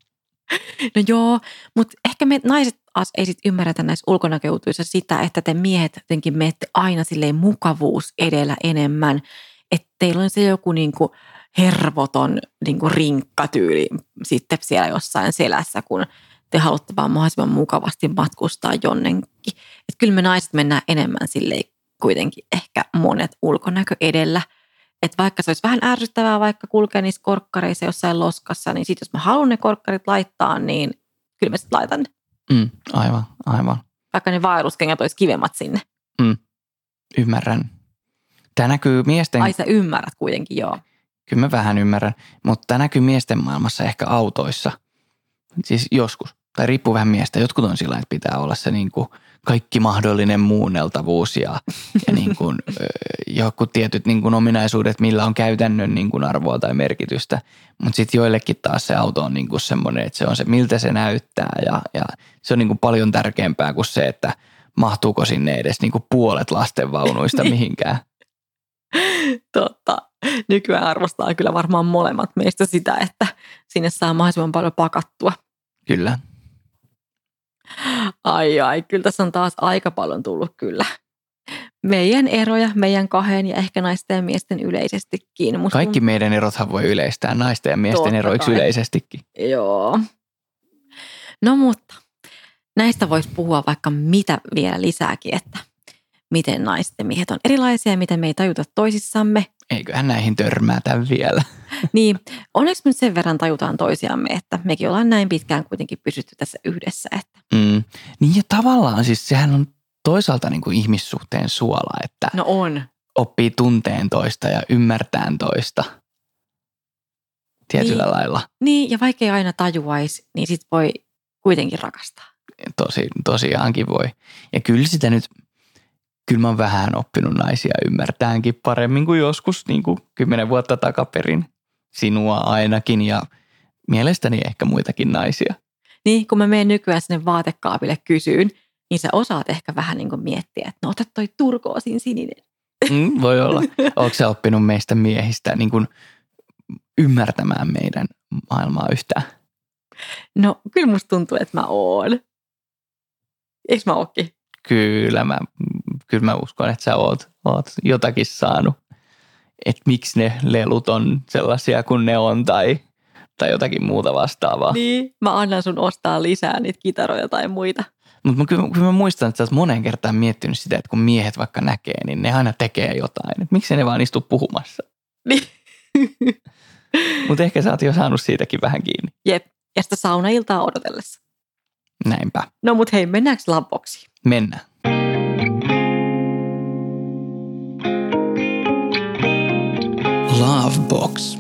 No joo, mutta ehkä me naiset ei sit ymmärretä näissä ulkonäköjutuissa sitä, että te miehet jotenkin menette aina silleen mukavuus edellä enemmän. Että teillä on se joku niinku hervoton niinku rinkkatyyli sitten siellä jossain selässä, kun te haluatte vaan mahdollisimman mukavasti matkustaa jonnekin. Että kyllä me naiset mennään enemmän silleen kuitenkin ehkä monet ulkonäkö edellä. Että vaikka se olisi vähän ärsyttävää vaikka kulkea niissä korkkareissa jossain loskassa, niin sitten jos mä haluan ne korkkarit laittaa, niin kyllä mä sitten laitan ne. Mm, aivan, aivan. Vaikka ne vaelluskengät olisi kivemmat sinne. Mm, ymmärrän. Tämä näkyy miesten... Ai sä ymmärrät kuitenkin, joo. Kyllä mä vähän ymmärrän, mutta tämä näkyy miesten maailmassa ehkä autoissa. Siis joskus. Tai riippuu vähän miestä. Jotkut on sillä, että pitää olla se niin kuin kaikki mahdollinen muunneltavuus ja, ja niin kuin, joku tietyt niin kuin ominaisuudet, millä on käytännön niin kuin arvoa tai merkitystä. Mutta sitten joillekin taas se auto on niin kuin semmoinen, että se on se, miltä se näyttää ja, ja se on niin kuin paljon tärkeämpää kuin se, että mahtuuko sinne edes niin kuin puolet lastenvaunuista mihinkään. Totta. Nykyään arvostaa kyllä varmaan molemmat meistä sitä, että sinne saa mahdollisimman paljon pakattua. Kyllä. Ai ai, kyllä tässä on taas aika paljon tullut kyllä. Meidän eroja, meidän kahden ja ehkä naisten ja miesten yleisestikin. Musta Kaikki on... meidän erothan voi yleistää naisten ja miesten Totta eroiksi kai. Yleisestikin. Joo. No mutta näistä voisi puhua vaikka mitä vielä lisääkin, että miten naiset ja miehet on erilaisia ja miten me ei tajuta toisissamme. eiköhän näihin törmätä vielä. Niin, onneksi me nyt sen verran tajutaan toisiamme, että mekin ollaan näin pitkään kuitenkin pysytty tässä yhdessä. Että. Mm. Niin ja tavallaan siis sehän on toisaalta niin kuin ihmissuhteen suola, että no on. Oppii tunteen toista ja ymmärtään toista tietyllä niin. lailla. Niin, ja vaikka ei aina tajuaisi, niin sit voi kuitenkin rakastaa. Tosi, tosiaankin voi. Ja kyllä sitä nyt, kyllä mä oon vähän oppinut naisia ymmärtäänkin paremmin kuin joskus niin kuin kymmenen vuotta takaperin. Sinua ainakin ja mielestäni ehkä muitakin naisia. Niin, kun mä menen nykyään sinne vaatekaapille kysyyn, niin sä osaat ehkä vähän niin kuin miettiä, että no ota toi turkoosin sininen. Mm, voi olla. Oletko sä oppinut meistä miehistä niin kuin ymmärtämään meidän maailmaa yhtään? No, kyllä musta tuntuu, että mä oon. Eikö mä ookin? Kyllä mä, kyllä mä uskon, että sä oot, oot jotakin saanut. Että miksi ne lelut on sellaisia kuin ne on tai, tai jotakin muuta vastaavaa. Niin, mä annan sun ostaa lisää niitä kitaroja tai muita. Mutta kyllä, kyllä mä muistan, että sä oot monen kertaan miettinyt sitä, että kun miehet vaikka näkee, niin ne aina tekee jotain. Et miksi ne vaan istu puhumassa? Niin. Mutta ehkä sä oot jo saanut siitäkin vähän kiinni. Jep, ja sitä saunailtaa odotellessa. Näinpä. No mut hei, mennäänkö lampoksiin? Mennään. Lovebox.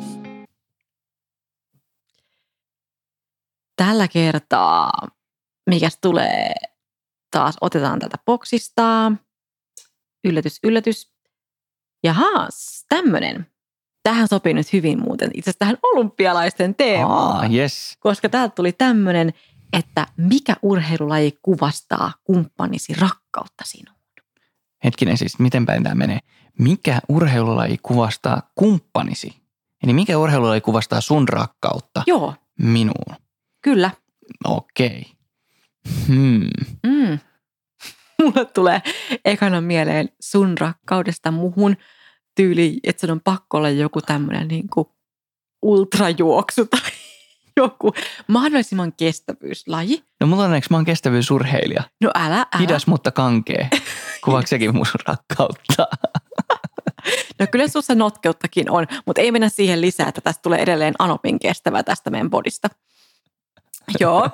Tällä kertaa, mikäs tulee, taas otetaan tätä boksista. Yllätys, yllätys. Jahaas, tämmönen. Tähän sopii nyt hyvin muuten, itse asiassa tähän olympialaisten teemaan. Ah, yes. Koska täältä tuli tämmönen, että mikä urheilulaji kuvastaa kumppanisi rakkautta sinuun? Hetkinen siis, miten päin tämä menee? Mikä urheilulaji kuvastaa kumppanisi? Eli mikä urheilulaji kuvastaa sun rakkautta Joo. minuun? Kyllä. Okei. Hmm. Mm. Mulle tulee ekana mieleen sun rakkaudesta muhun tyyli, että sun on pakko olla joku tämmöinen niin kuin ultrajuoksu tai joku mahdollisimman kestävyyslaji. No mulla on onneksi, mä oon kestävyysurheilija. No älä, älä. Hidas, mutta kankea. Kuvaako sekin mun rakkautta? No kyllä sussa notkeuttakin on, mutta ei mennä siihen lisää, että tästä tulee edelleen anopin kestävä tästä meidän bodista. Joo.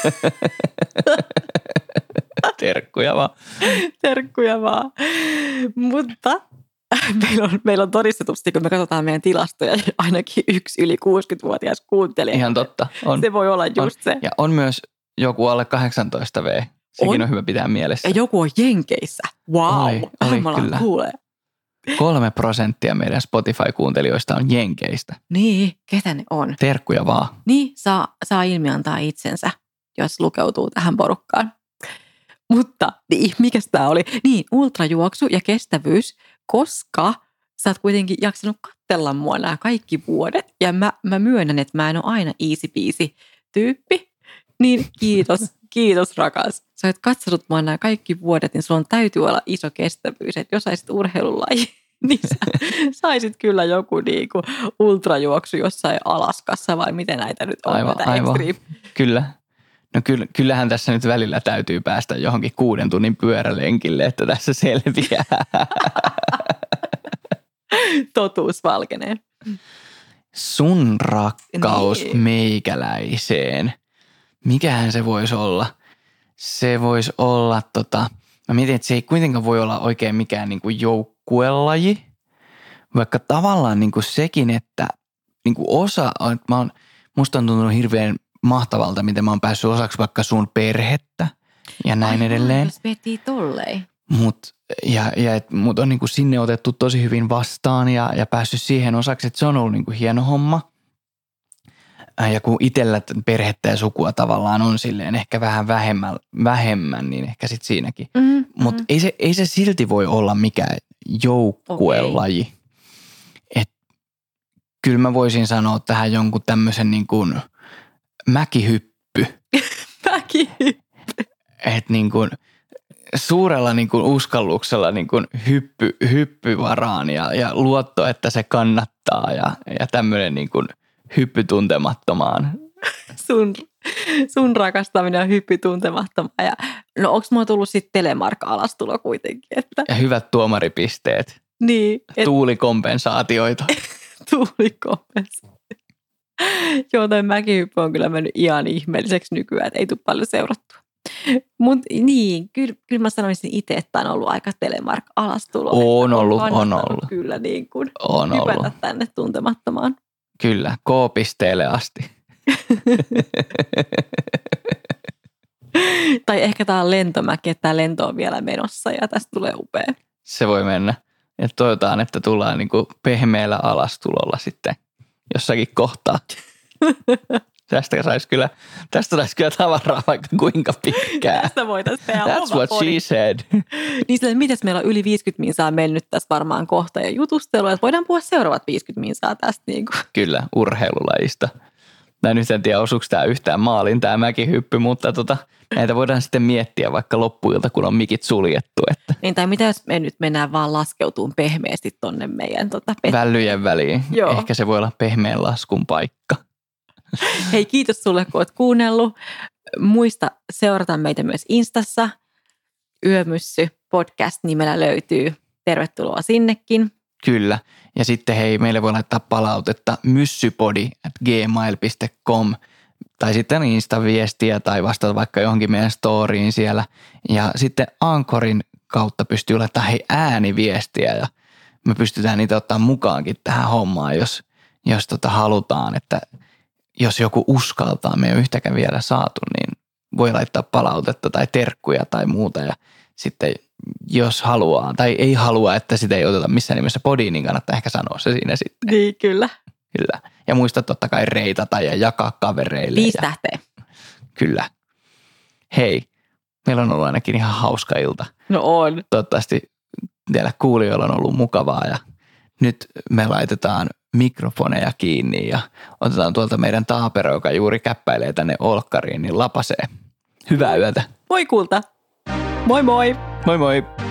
Terkkuja vaan. Terkkuja vaan. Mutta meillä on, meillä on todistetusti, kun me katsotaan meidän tilastoja, ainakin yksi yli kuusikymmentävuotias kuuntelija. Ihan totta. On. Se voi olla just on. se. Ja on myös joku alle kahdeksantoista vuotta. Sekin on, on hyvä pitää mielessä. Ja joku on Jenkeissä. Wow. Oli, oli kyllä. Kuulee. Kolme prosenttia meidän Spotify-kuuntelijoista on Jenkeistä. Niin, ketä ne on? Terkkuja vaan. Niin, saa, saa ilmiantaa itsensä, jos lukeutuu tähän porukkaan. Mutta niin, mikäs tää oli? Niin, ultrajuoksu ja kestävyys, koska sä oot kuitenkin jaksanut katsella mua nämä kaikki vuodet. Ja mä, mä myönnän, että mä en ole aina easy peasy tyyppi. Niin kiitos, kiitos rakas. Sä oot katsonut mua nämä kaikki vuodet, niin sulla on täytyy olla iso kestävyys. Että jos saisit urheilulaji, niin sä saisit kyllä joku niinku ultrajuoksu jossain Alaskassa vai miten näitä nyt on. Aivan, aivan. Kyllä. No kyllähän tässä nyt välillä täytyy päästä johonkin kuuden tunnin pyörälenkille, että tässä selviää. Totuus valkenee. Sun rakkaus niin. Meikäläiseen. Mikähän se voisi olla? Se voisi olla, tota, mä mietin, että se ei kuitenkaan voi olla oikein mikään niin kuin joukkuelaji, vaikka tavallaan niin kuin sekin, että niin kuin osa, mä oon, musta on tuntunut hirveän mahtavalta, miten mä oon päässyt osaksi vaikka sun perhettä ja näin Aivan, edelleen. jos miettii tolleen. Mut, ja, ja et, mut on niinku sinne otettu tosi hyvin vastaan ja, ja päässyt siihen osaksi, että se on ollut niinku hieno homma. Ja kun itsellä perhettä ja sukua tavallaan on silleen ehkä vähän vähemmän, vähemmän niin ehkä sit siinäkin. Mm, Mutta mm. ei, se, ei se silti voi olla mikään joukkuelaji. Okay. Et kyllä mä voisin sanoa tähän jonkun tämmöisen niin kuin mäkihyppy. Mäkihyppy. Että niin kuin suurella niin kuin uskalluksella niin kuin hyppy, hyppyvaraan ja, ja luotto, että se kannattaa ja, ja tämmöinen niin kuin hyppy tuntemattomaan. Sun, sun rakastaminen on hyppy tuntemattomaan. Ja, no onko mulla tullut sitten telemark-alastulo kuitenkin? Että... Ja hyvät tuomaripisteet. Niin. Et... Tuulikompensaatioita. Tuulikompensaatioita. Joo, toi mäkihyppy on kyllä mennyt ihan ihmeelliseksi nykyään, että ei tule paljon seurattua. Mutta niin, kyllä, kyllä mä sanoisin itse, että on ollut aika Telemark-alastulo. On ollut, on ollut. Kyllä niin kuin on hypätä ollut. tänne tuntemattomaan. Kyllä, K-pisteelle asti. Tai ehkä tämä on lentomäki, että tämä lento on vielä menossa ja tästä tulee upea. Se voi mennä. Ja toivotaan, että tullaan niin kuin pehmeällä alastulolla sitten jossakin kohtaa. Tästä saisi kyllä, tästä saisi kyllä tavaraa vaikka kuinka pitkään. Tästä voitaisiin tehdä That's what she said. Niin sille, mitäs meillä on yli viisikymmentä minsaa mennyt tässä varmaan kohta ja jutustelua, että voidaan puhua seuraavat viisikymmentä minsaa tästä. Niin kuin. Kyllä, urheilulajista. Mä nyt en tiedä, osuuko tämä yhtään maalin tämä mäkihyppy, mutta tota, näitä voidaan sitten miettiä vaikka loppuilta, kun on mikit suljettu. Että. Niin, tai mitä jos me nyt mennään vaan laskeutumaan pehmeästi tonne meidän tota, pet- Vällyjen väliin. Joo. Ehkä se voi olla pehmeän laskun paikka. Hei, kiitos sulle, kun oot kuunnellut. Muista seurata meitä myös Instassa. Yömyssy podcast nimellä löytyy. Tervetuloa sinnekin. Kyllä. Ja sitten hei, meille voi laittaa palautetta myssypodi at gmail dot com tai sitten Insta-viestiä tai vastata vaikka johonkin meidän storyin siellä. Ja sitten Anchorin kautta pystyy laittamaan hei ääniviestiä ja me pystytään niitä ottaa mukaankin tähän hommaan, jos, jos tota halutaan, että jos joku uskaltaa, me ei ole yhtäkään vielä saatu, niin voi laittaa palautetta tai terkkuja tai muuta ja sitten jos haluaa tai ei halua, että sitä ei oteta missään nimessä podiin, niin kannattaa ehkä sanoa se siinä sitten. Niin, kyllä. Kyllä. Ja muista totta kai reitata ja jakaa kavereille. Viisi ja... tähteä. Kyllä. Hei, meillä on ollut ainakin ihan hauska ilta. No on. Toivottavasti teillä kuulijoilla on ollut mukavaa ja nyt me laitetaan mikrofoneja kiinni ja otetaan tuolta meidän taapero, joka juuri käppäilee tänne olkkariin, niin lapasee. Hyvää yötä. Moi kulta. Moi moi. Moi moi.